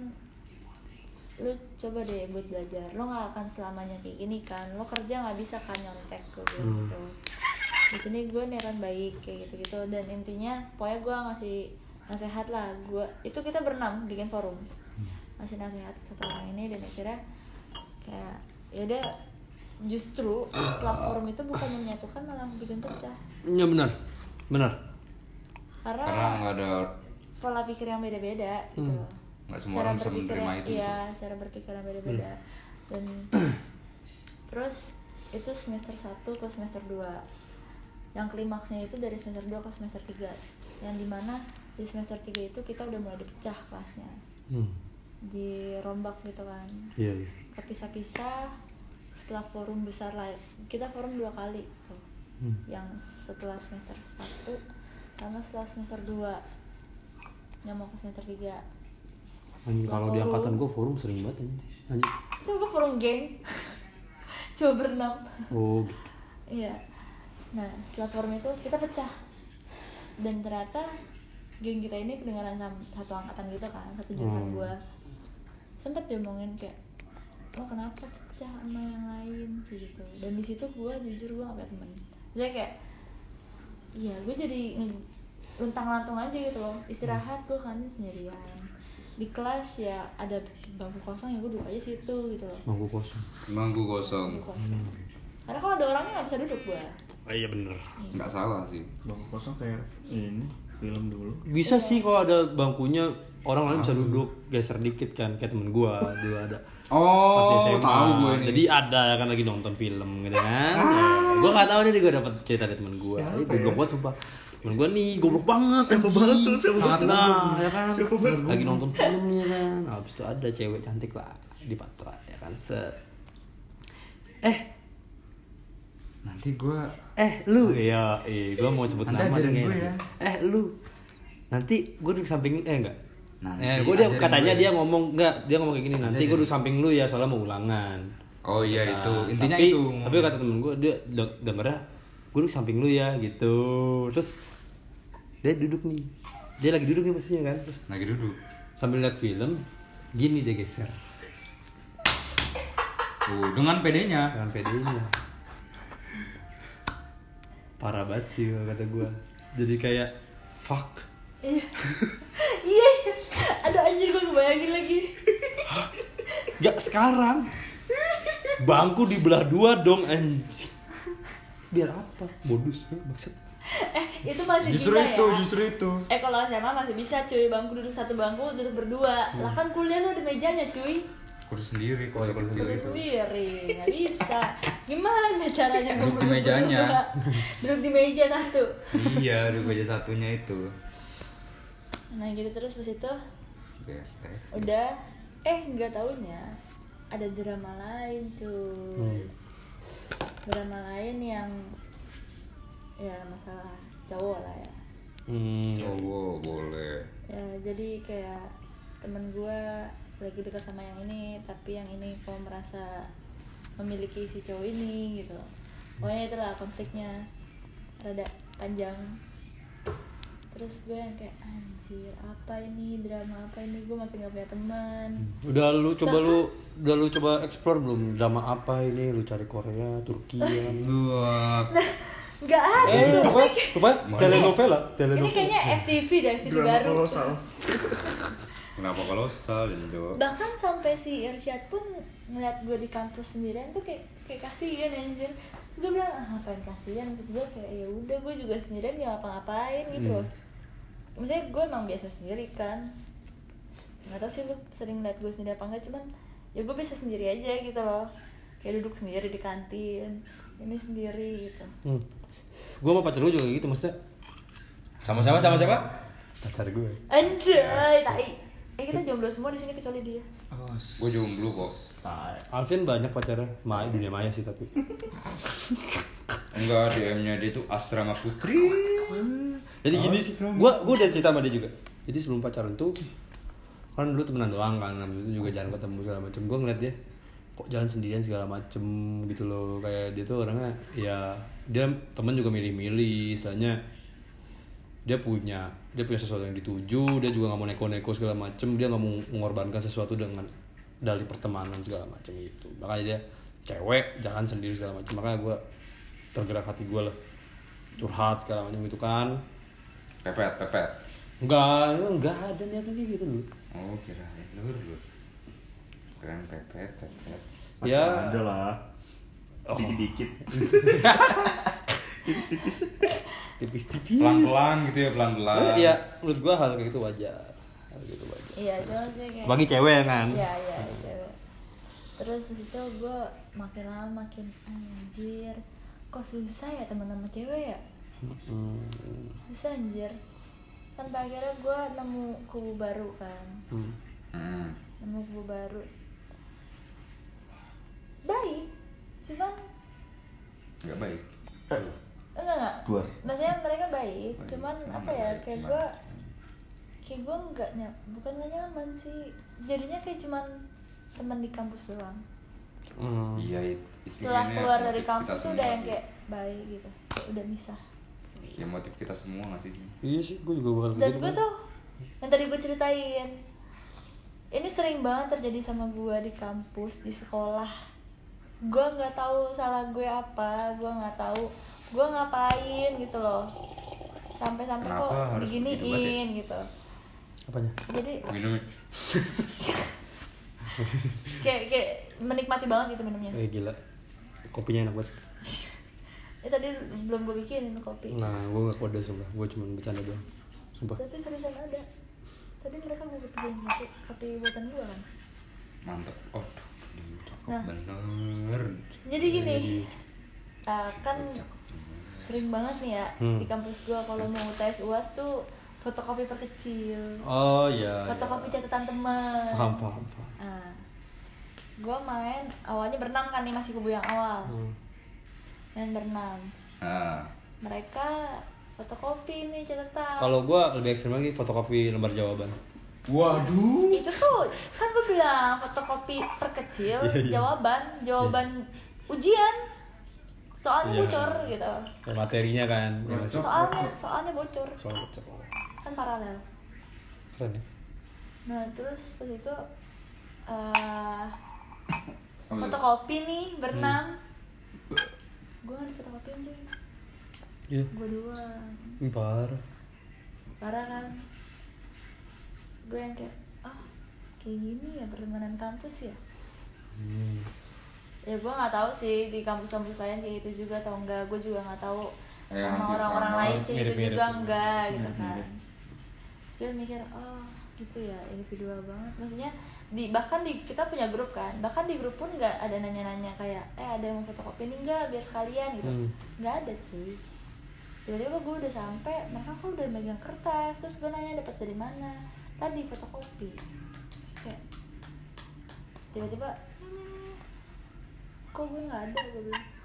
lu coba deh buat belajar, lo nggak akan selamanya kayak gini kan, lo kerja nggak bisa kan nyontek tuh gitu. Hmm. Di sini gue niatan baik kayak gitu gitu, dan intinya pokoknya gue ngasih nasihat lah. Gue itu kita berenam bikin forum, ngasih nasihat satu orang ini, dan akhirnya kayak ya udah, justru setelah forum itu bukan menyatukan, malah bikin pecah. Ya benar, benar. Karena, Karena nggak ada, pola pikir yang beda-beda gitu. Hmm. nggak semua orang bisa berpikir menerima yang- itu. Iya, cara berpikir yang beda-beda. Dan terus itu semester satu ke semester dua. Yang klimaksnya itu dari semester dua ke semester tiga. Yang dimana di semester tiga itu kita udah mulai dipecah kelasnya. Hmm. Dirombak gitu kan. Iya, iya. Kepisah-pisah setelah forum besar lah. Kita forum dua kali tuh. Hmm. Yang setelah semester satu sama setelah semester dua. Yang mau ke semester tiga. Anjing, Setelah kalau di forum. angkatan gue forum sering banget anjing. Anjing. Itu gue forum geng. Coba berenam. Oh gitu. Iya. Nah, setelah forum itu kita pecah. Dan ternyata geng kita ini kedengaran sama satu angkatan gitu kan, satu jurusan Hmm. gue. Sempet diomongin kayak, "Oh, kenapa pecah sama yang lain?" kayak gitu. Dan di situ gue jujur gue gak punya temen. Jadi kayak, iya gue jadi luntang-lantung aja gitu loh. Istirahat gue kan sendirian. Di kelas ya ada bangku kosong, ya gue duduk aja situ gitu loh. Bangku kosong. Bangku kosong. Bangku kosong. Karena kalau ada orangnya nggak bisa duduk gue. Oh iya bener. Nggak salah sih. Bangku kosong kayak ini film dulu. Bisa sih kalau ada bangkunya orang lain bisa duduk geser dikit kan, kayak temen gue dulu ada. Pas di Oh, S M A. tahu gue ini. Jadi ada kan lagi nonton film gitu kan. Ah. Gue gak tahu nih, gue dapet cerita dari temen gue. Siapa Ini goblok ya? banget sumpah. Temen gue nih goblok banget. Siapa anjing. banget tuh, siapa Sangat banget? nah, ya kan. Siapa banget? Lagi nonton film ya kan. Habis itu ada cewek cantik lah di Patra ya kan. Set. Eh, Nanti gue eh lu ya, eh gue mau sebut Anda nama ajarin nih, gue kayaknya. ya. Eh lu. Nanti gue duduk samping eh enggak. Nanti eh, gue dia ajarin katanya gue. dia ngomong enggak, dia ngomong kayak gini, nanti Nanti gue ajarin. duduk samping lu ya soalnya mau ulangan. Oh iya Nah, itu. Intinya tapi, itu. Tapi kata temen gue, dia de- dengernya gue duduk samping lu ya gitu. Terus dia duduk nih, dia lagi duduk nih pastinya kan. Terus Lagi duduk. sambil lihat film, gini dia geser Tuh, dengan pedenya. dengan P D-nya. Parah banget sih kata gue. Jadi kayak fuck. Iya. Iya, iya. Aduh anjir, gue ngebayangin lagi. Gak sekarang. Bangku dibelah dua dong anjing. Biar apa? Modusnya maksud. Eh, itu masih Justru bisa itu, ya. justru itu. Eh, kalau S M A masih bisa cuy, bangku duduk satu bangku, duduk berdua. Lah kan kuliah lu ada mejanya cuy. Kudu sendiri Oh, iya, kalau kudu kecil Duduk itu. sendiri, nggak bisa. Gimana caranya gue Duduk di mejanya. Duduk di meja satu. Iya, duduk aja satunya itu. Nah gitu terus pas itu Yes, yes. udah, eh nggak taunya ada drama lain cuy. Hmm. drama lain yang ya masalah cowok lah ya. Hmm. Oh, boleh. Ya jadi kayak temen gue lagi dekat sama yang ini, tapi yang ini kok merasa memiliki si cowok ini gitu. Pokoknya itulah konfliknya rada panjang. Terus gue yang kayak anjir apa ini, drama apa ini, gue makin gak punya teman. Udah lu coba Bahkan- lu udah lu coba explore belum drama apa ini? Lu cari Korea, Turki ya. Gua Nggak ada. Eh, Ini apa? kayak- Apa? Telenovela, Ini telenovela. kayaknya F T V deh, F T V Drama baru. kolosal. kenapa kalau salin coba? Bahkan sampai si Irsyad pun ngeliat gue di kampus sendirian tuh kayak kayak kasihan anjir. Gue bilang ah ngapain kasihan, maksud gue kayak ya udah gue juga sendirian gak ngapa-ngapain gitu loh. Maksudnya gue emang biasa sendiri kan. Nggak tahu sih lu sering liat gue sendiri apa enggak, cuman ya gue biasa sendiri aja gitu loh. Kayak duduk sendiri di kantin, ini sendiri gitu. Hmm. Gue sama pacar gue juga gitu maksudnya. Sama-sama sama siapa? Pacar gue. Anjay, tai. Eh kita jomblo semua di sini kecuali dia. Awas. Gue jomblo kok. Alvin banyak pacarnya, Maya dunia maya sih tapi. Enggak, D M-nya dia tuh asrama putri. Jadi gini sih, gue gue udah cerita sama dia juga. Jadi sebelum pacaran tuh kan dulu temenan doang kan, habis itu juga jarang ketemu segala macem. Gue ngeliat dia kok jalan sendirian segala macem gitu loh, kayak dia tuh orangnya ya dia temen juga milih-milih, istilahnya dia punya dia punya sesuatu yang dituju, dia juga nggak mau neko-neko segala macem, dia nggak mau mengorbankan sesuatu dengan dalih pertemanan segala macem gitu. Makanya dia cewek jalan sendiri segala macem, makanya gue tergerak hati gue lah, curhat segala macam gitu kan. Pepet, pepet. Enggak, enggak ada niatnya kayak gitu dulu. Oh, kirain lur lur. Keren pepet, pepet. Masih Ya. ada lah. Dikit-dikit. Tipis-tipis. Tipis-tipis. Pelan-pelan gitu ya, pelan-pelan. Iya, menurut gua hal kayak gitu wajar. Hal gitu wajar. Iya, cuma sih kayak Bagi cewek kan. Iya, iya, cewek. Terus habis itu gue makin lama makin anjir, kok susah ya teman sama cewek ya? Hmm. Susah anjir. Sampai akhirnya gue nemu kubu baru kan. Hmm. Hmm. Nemu kubu baru. Baik, cuman Enggak baik. enggak enggak. Buar. Maksudnya mereka baik, Baik, cuman cuman apa nggak ya? baik, Kayak cuman- gue kayak gue nggak nyam, bukan nggak nyaman sih. Jadinya kayak cuman teman di kampus doang. Hmm. Iya, it- Setelah istilahnya keluar dari motif kita kampus tuh semua udah yang sih. kayak baik gitu, kayak udah misah. Ya motif kita semua nggak sih? Iya sih, gua juga bakal Dan kayak gitu. gue Bang. tuh yang tadi gue ceritain, ini sering banget terjadi sama gue di kampus, di sekolah. Gue nggak tahu salah gue apa, gue nggak tahu gue ngapain gitu loh, sampai-sampai Kenapa kok harus begitu banget ya? diginiin gitu. Apanya? Jadi Minum. kayak kayak menikmati banget gitu minumnya. Eh gila. Kopinya enak banget. Ya tadi belum gue bikinin kopi. Nah, gua gak kode sumpah. Gua cuma bercanda doang. Sumpah. Tapi seriusan ada. Tadi mereka mau bikin kopi, kopi buatan gue kan. Mantep. Oh, cakep Nah. bener. Jadi gini, Jadi, uh, kan sering banget nih ya Hmm. di kampus gua kalau mau U T S U A S tuh fotokopi perkecil, Oh iya. fotokopi iya. catatan teman. Paham, paham, paham. Nah, gua main awalnya berenam kan nih, masih kubu yang awal, Hmm. main berenam. Nah, Mereka fotokopi nih catatan. Kalau gua lebih ekstrim lagi fotokopi lembar jawaban. waduh. Itu tuh kan gua bilang fotokopi perkecil Iya, iya. jawaban, jawaban ujian. Soalnya Iya. bocor gitu. Kayak materinya kan. Ya, nggak sih? Soalnya soalnya bocor. Soal bocor. Kan paralel. Keren ya. Nah terus pas itu uh, Apa tuh? fotokopi nih berenam. Gue gak difotokopiin cuy, Iya. gue doang. Wih parah. Parah kan. Gue yang kayak ah kayak gini ya pertemanan kampus ya. Hmm. Ya gue nggak tahu sih di kampus-kampus lain kayak gitu juga atau enggak. Gue juga nggak tahu Ya, sama hampir orang-orang sama. lain kayak gitu Mirip-mirip. juga enggak gitu Mirip-mirip. kan. Terus gue mikir oh gitu ya individual banget. Maksudnya di bahkan di kita punya grup kan, bahkan di grup pun nggak ada nanya-nanya kayak eh ada yang mau fotokopi ini nggak biar sekalian gitu, Hmm. nggak ada cuy. Tiba-tiba gue udah sampai, mereka kok udah megang kertas, terus gue nanya dapat dari mana, tadi fotokopi. Terus kayak tiba-tiba "Nih, nih, nih. Kok gue nggak ada, gue bilang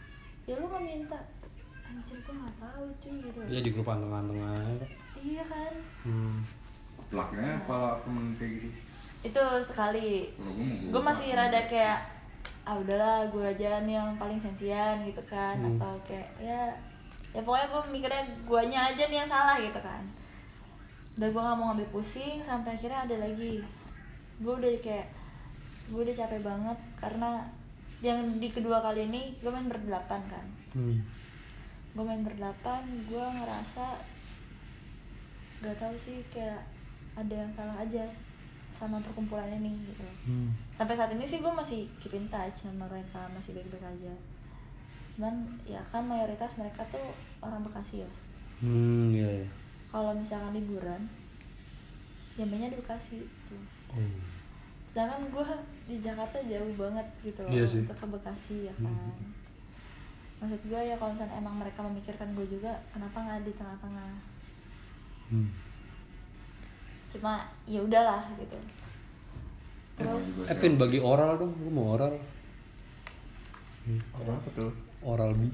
ya lu nggak minta, anjir gue nggak tahu cuy gitu. Ya di grup anteng-anteng aja. Iya kan. Hmm. Plaknya apa temen kayak gitu? Itu sekali. Gue masih rada kayak ah udahlah gue aja nih yang paling sensian gitu kan, hmm. atau kayak ya ya pokoknya gue mikirnya guanya aja nih yang salah gitu kan. Udah gue nggak mau ngambil pusing sampai akhirnya ada lagi. Gue udah kayak gue udah capek banget karena yang di kedua kali ini gue main berdelapan kan. Hmm. Gue main berdelapan, gue ngerasa gak tahu sih kayak ada yang salah aja sama perkumpulan ini gitu. Hmm. Sampai saat ini sih gue masih keep in touch sama mereka, masih baik-baik aja. Cuman ya kan mayoritas mereka tuh orang Bekasi ya. Hmm, iya, iya. Kalau misalkan liburan, ya mainnya di Bekasi tuh. Hmm. Sedangkan gue di Jakarta jauh banget gitu loh, iya untuk ke Bekasi ya kan. Hmm. Maksud gue ya kalau misalnya emang mereka memikirkan gue juga, kenapa nggak di tengah-tengah? Hmm. Cuma ya udahlah gitu. Terus Evin bagi oral dong, gue mau oral. Hmm. Oral apa tuh? Oral bi.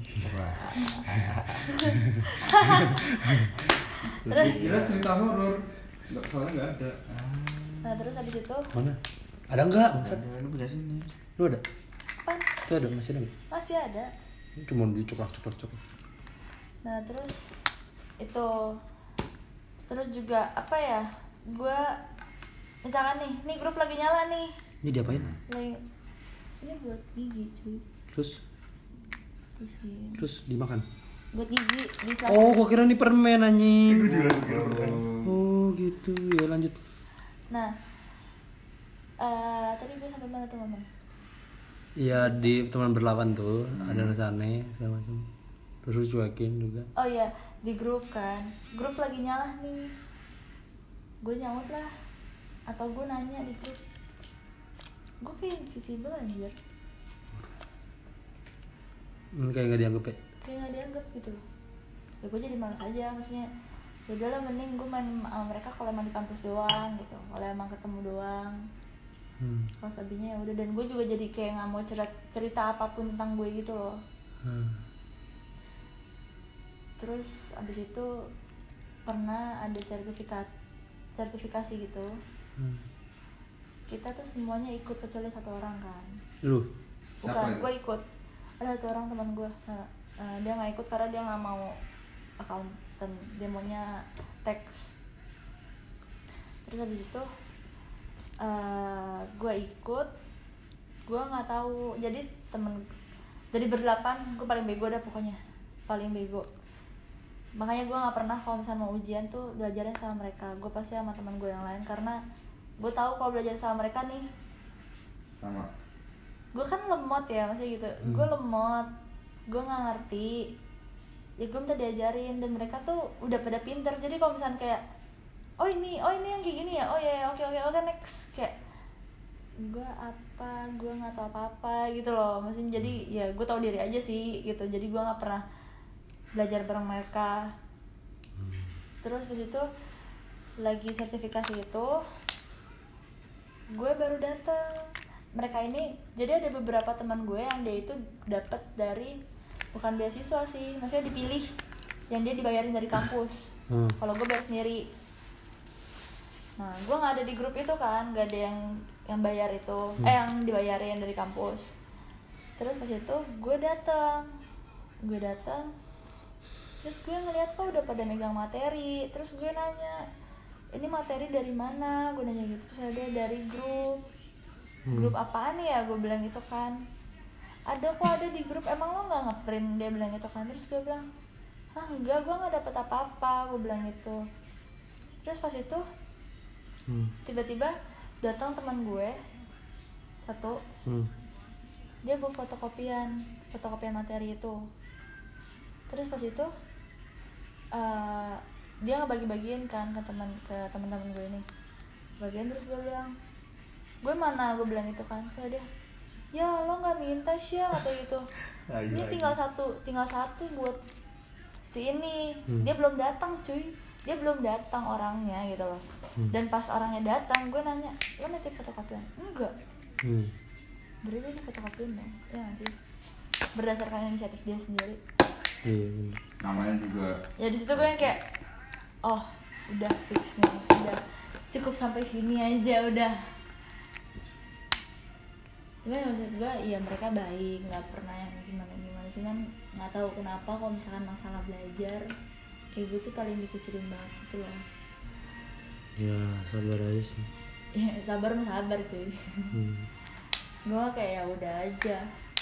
Terus kira cerita horor, nggak soalnya nggak ada. Nah terus habis itu mana? Ada nggak? Ada, lu punya sini. Lu ada? Apa? Itu ada, masih ada nggak? Masih ada. Cuma dicoklak-coklak-coklak. Nah terus itu terus juga apa ya? Gue misalkan nih, nih grup lagi nyala nih. Ini diapain? Lagi, ini buat gigi cuy. Terus? Terus, terus dimakan? Buat gigi bisa. Oh, gua kira ini permen anjing. Gue juga kira permen. Oh gitu, ya lanjut. Nah, uh, tadi gue sampai mana tuh ngomong? Iya di teman berlawan tuh hmm. ada rasane segala macam. Terus cuekin juga. Oh iya di grup kan, grup lagi nyala nih. Gue nyaut lah, atau gue nanya di grup. Gue kayak invisible anjir. Hmm, kayak gak dianggap ya? Kayak gak dianggap gitu. Ya gue jadi malas aja, maksudnya ya udahlah mending gue main sama mereka kalau emang di kampus doang gitu, kalau emang ketemu doang. Hmm. Kalau selebihnya ya udah, dan gue juga jadi kayak nggak mau cerita, cerita apapun tentang gue gitu loh. Hmm. Terus abis itu pernah ada sertifikat sertifikasi gitu. Hmm. Kita tuh semuanya ikut kecuali satu orang kan. Lu? Bukan, gue ikut. Ada satu orang teman gue. Nah, uh, dia nggak ikut karena dia nggak mau accountant, dia maunya tax. Terus habis itu uh, gue ikut, gue nggak tahu. Jadi temen dari berdelapan gue paling bego dah pokoknya, paling bego. Makanya gue nggak pernah kalau misalnya mau ujian tuh belajarnya sama mereka. Gue pasti sama teman gue yang lain karena gue tahu kalau belajar sama mereka nih. Sama. Gue kan lemot ya masih gitu. Hmm. Gue lemot, gue nggak ngerti. Ya gue minta diajarin dan mereka tuh udah pada pinter. Jadi kalau misalnya kayak, oh ini, oh ini yang kayak gini ya. Oh ya, yeah, oke oke oke next kayak. Gue apa, gue nggak tahu apa-apa gitu loh. Maksudnya jadi ya gue tahu diri aja sih gitu. Jadi gue nggak pernah belajar bareng mereka. Terus pas itu lagi sertifikasi itu gue baru datang. Mereka ini jadi ada beberapa teman gue yang dia itu dapat dari bukan beasiswa sih, maksudnya dipilih yang dia dibayarin dari kampus. Hmm. Kalau gue bayar sendiri. Nah gue nggak ada di grup itu kan, nggak ada yang yang bayar itu, hmm. eh yang dibayarin dari kampus. Terus pas itu gue datang, gue datang. Terus gue ngeliat kok udah pada megang materi. Terus gue nanya, ini materi dari mana? Gue nanya gitu. Terus ada dari grup. hmm. Grup apaan ya? Gue bilang gitu kan. Ada kok, ada di grup. Emang lo gak ngeprint? Dia bilang gitu kan. Terus gue bilang, hah enggak, gue gak dapet apa-apa. Gue bilang gitu. Terus pas itu hmm. tiba-tiba datang teman gue satu. hmm. Dia bawa fotokopian Fotokopian materi itu. Terus pas itu Uh, dia ngebagi-bagiin kan ke teman ke teman-teman gue ini bagian. Terus gue bilang, gue mana? Gue bilang itu kan. So dia, ya lo nggak minta sih ya kata gitu. Ini tinggal satu tinggal satu buat si ini. hmm. Dia belum datang cuy, dia belum datang orangnya gitu loh. hmm. Dan pas orangnya datang gue nanya, lo nanti fotokopian? Enggak. hmm. Berarti ini fotokopian dong, ya nggak sih? berdasarkan inisiatif dia sendiri. Iya. bener. Namanya juga Ya di situ gue yang kayak oh udah fix nih, udah cukup sampai sini aja udah. Cuma ya maksud gue ya mereka baik, nggak pernah yang gimana gimana, cuman nggak tahu kenapa kalau misalkan masalah belajar kayak gue tuh paling dikecilin banget gitu loh. Ya sabar aja sih. Ya sabar mah sabar cuy. Hmm. Gue kayak ya udah aja.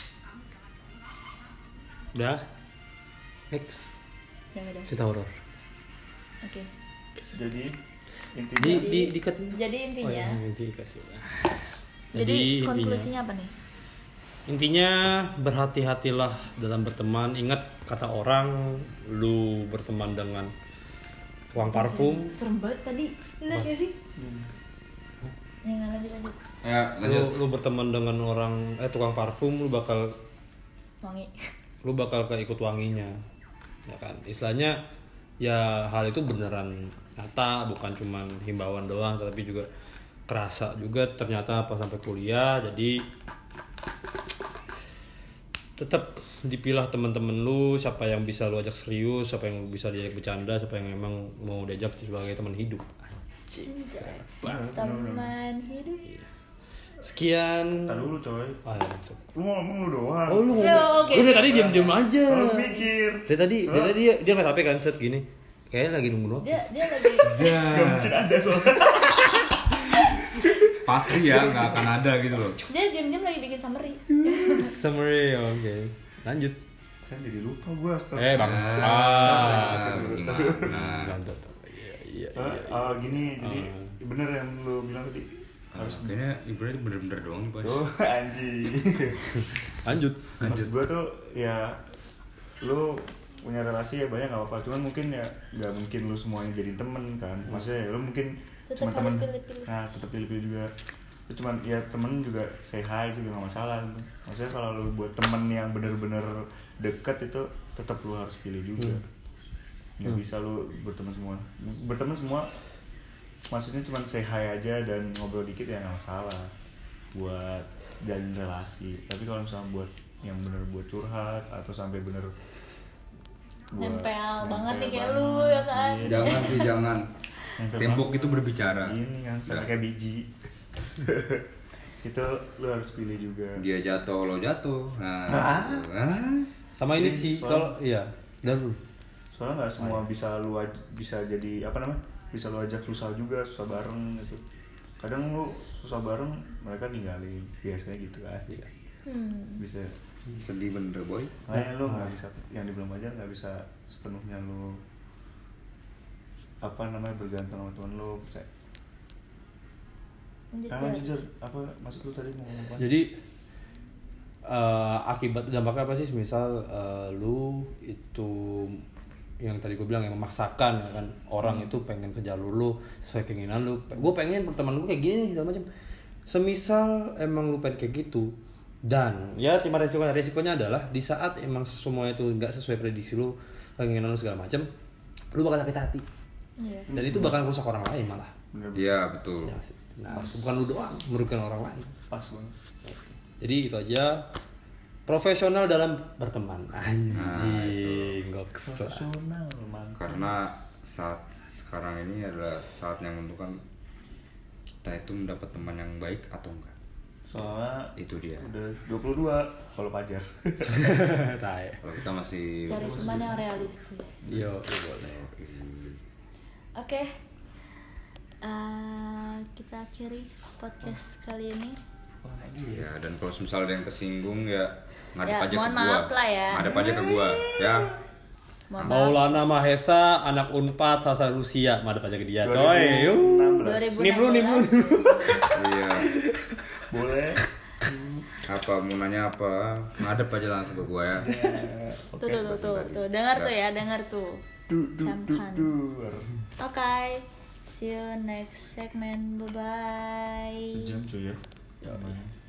Udah. Next. Udah udah. Cerita horor. Oke. Jadi intinya Di di dikat. Jadi intinya. Oh, ya, inti dikat. Jadi, intinya- konklusinya apa nih? Intinya berhati-hatilah dalam berteman. Ingat kata orang, lu berteman dengan tukang parfum, Serem banget tadi. Lihat gak sih? Hmm. Ya nggak lanjut lanjut. ya lu, lanjut. lu berteman dengan orang eh tukang parfum, lu bakal Wangi. lu bakal keikut wanginya, ya kan? Istilahnya ya hal itu beneran nyata, bukan cuman himbauan doang, tapi juga kerasa juga ternyata pas sampai kuliah. Jadi tetap dipilah teman-teman lu, siapa yang bisa lu ajak serius, siapa yang bisa diajak bercanda, siapa yang memang mau diajak sebagai teman hidup. Teman hidup. Sekian. Tar dulu coy. Ah, ya, maksud. Lu mau ngomong lu doang. Oh lu Ya, ngomong. oke. Lu dari tadi diam-diam aja. Selalu mikir. Dari tadi, dari tadi dia dia ngeliat H P kan set gini. Kayaknya lagi nunggu notif. Dia dia lagi Gak mungkin ada soalnya. Pasti ya nggak akan ada gitu loh. dia diam-diam lagi bikin summary. Summary, oke. Lanjut. Kan jadi lupa gua stop. Eh bangsa. Ah, gimana? Lanjut. Iya, iya, Soalnya, iya. ah, gini, jadi bener yang lu bilang tadi. Ah, Harus kayaknya ibaratnya bener-bener doang nih, Pak. Oh anjing. Lanjut. Maksud gue tuh ya lu punya relasi ya banyak nggak apa-apa, cuman mungkin ya nggak mungkin lu semuanya jadi temen kan, maksudnya ya lu mungkin Tetep cuma harus temen, pilih-pilih. nah tetap pilih-pilih juga. Lu cuman ya temen juga say hi juga nggak masalah, maksudnya kalau lu buat temen yang bener-bener deket itu tetap lu harus pilih juga, nggak bisa lu berteman semua, berteman semua maksudnya cuma say hi aja dan ngobrol dikit ya nggak masalah buat jalin relasi. Tapi kalau misalnya buat yang bener buat curhat atau sampai bener buat Nempel banget nih kayak banget, lu, ya kan? iya. Jangan sih jangan. Nempel Tembok banget. itu berbicara. Ini kan sama Ya. kayak biji. Itu lu harus pilih juga. Dia jatuh, lo jatuh. Nah, Ah. gitu. Ah. Sama ini Ini sih soal- kalau iya, dan lu. Soalnya nggak semua bisa lu aj- bisa jadi apa namanya? Bisa lu ajak susah juga, susah bareng gitu. Kadang lu susah bareng, mereka ninggalin. Biasanya gitu kan. Hmm. Bisa. Sedih bener boy. Makanya lu nggak bisa, yang di belum aja nggak bisa sepenuhnya lu apa namanya bergantung sama Tuhan lu. Percaya. Lanjut, Nah, Bar. jujur, apa maksud lu tadi mau ngomong apa? Jadi eh, akibat dampaknya apa sih? Misal eh, lu itu yang tadi gue bilang yang memaksakan ya kan orang itu pengen ke jalur lu sesuai keinginan lu. Gue pengen pertemanan gue kayak gini segala macam. Semisal emang lu pengen kayak gitu dan ya terima resikonya resikonya adalah di saat emang semuanya itu nggak sesuai prediksi lu, keinginan lu segala macam, lu bakal sakit hati Iya. dan itu bakal rusak orang lain malah. Bener, Iya betul. Ya, sih. Nah, bukan lu doang, merugikan orang lain. pas banget. Jadi itu aja, profesional dalam berteman. Nah, Anjing, goks. Profesional, mantap. Karena saat sekarang ini adalah saat yang menentukan kita itu mendapat teman yang baik atau enggak. Soalnya Itu dia. udah dua puluh dua kalau Pajar. Tai. Kalau kita masih Cari teman yang realistis. Yo, boleh. Oke. Eh, kita akhiri podcast kali ini. ya, dan kalau misalnya ada yang tersinggung ya ngadep Ya, aja ke mohon gua. maaf lah ya. Ngadep aja ke gua, ya. Mohon maaf. Maulana Mahesa, anak Unpad, sasar Rusia, madep aja ke dia, coy. dua ribu enam belas. dua ribu enam belas. Nim lu, nim lu, nim lu. Iya. Boleh. Apa mau nanya apa? Ngadep aja langsung ke gua ya. Tuh, tuh, tuh, tuh, tuh, dengar tuh ya, dengar tuh. Du du du Camkan. du. Oke, see you next segment. Bye bye. Sejam cuy ya. Ya,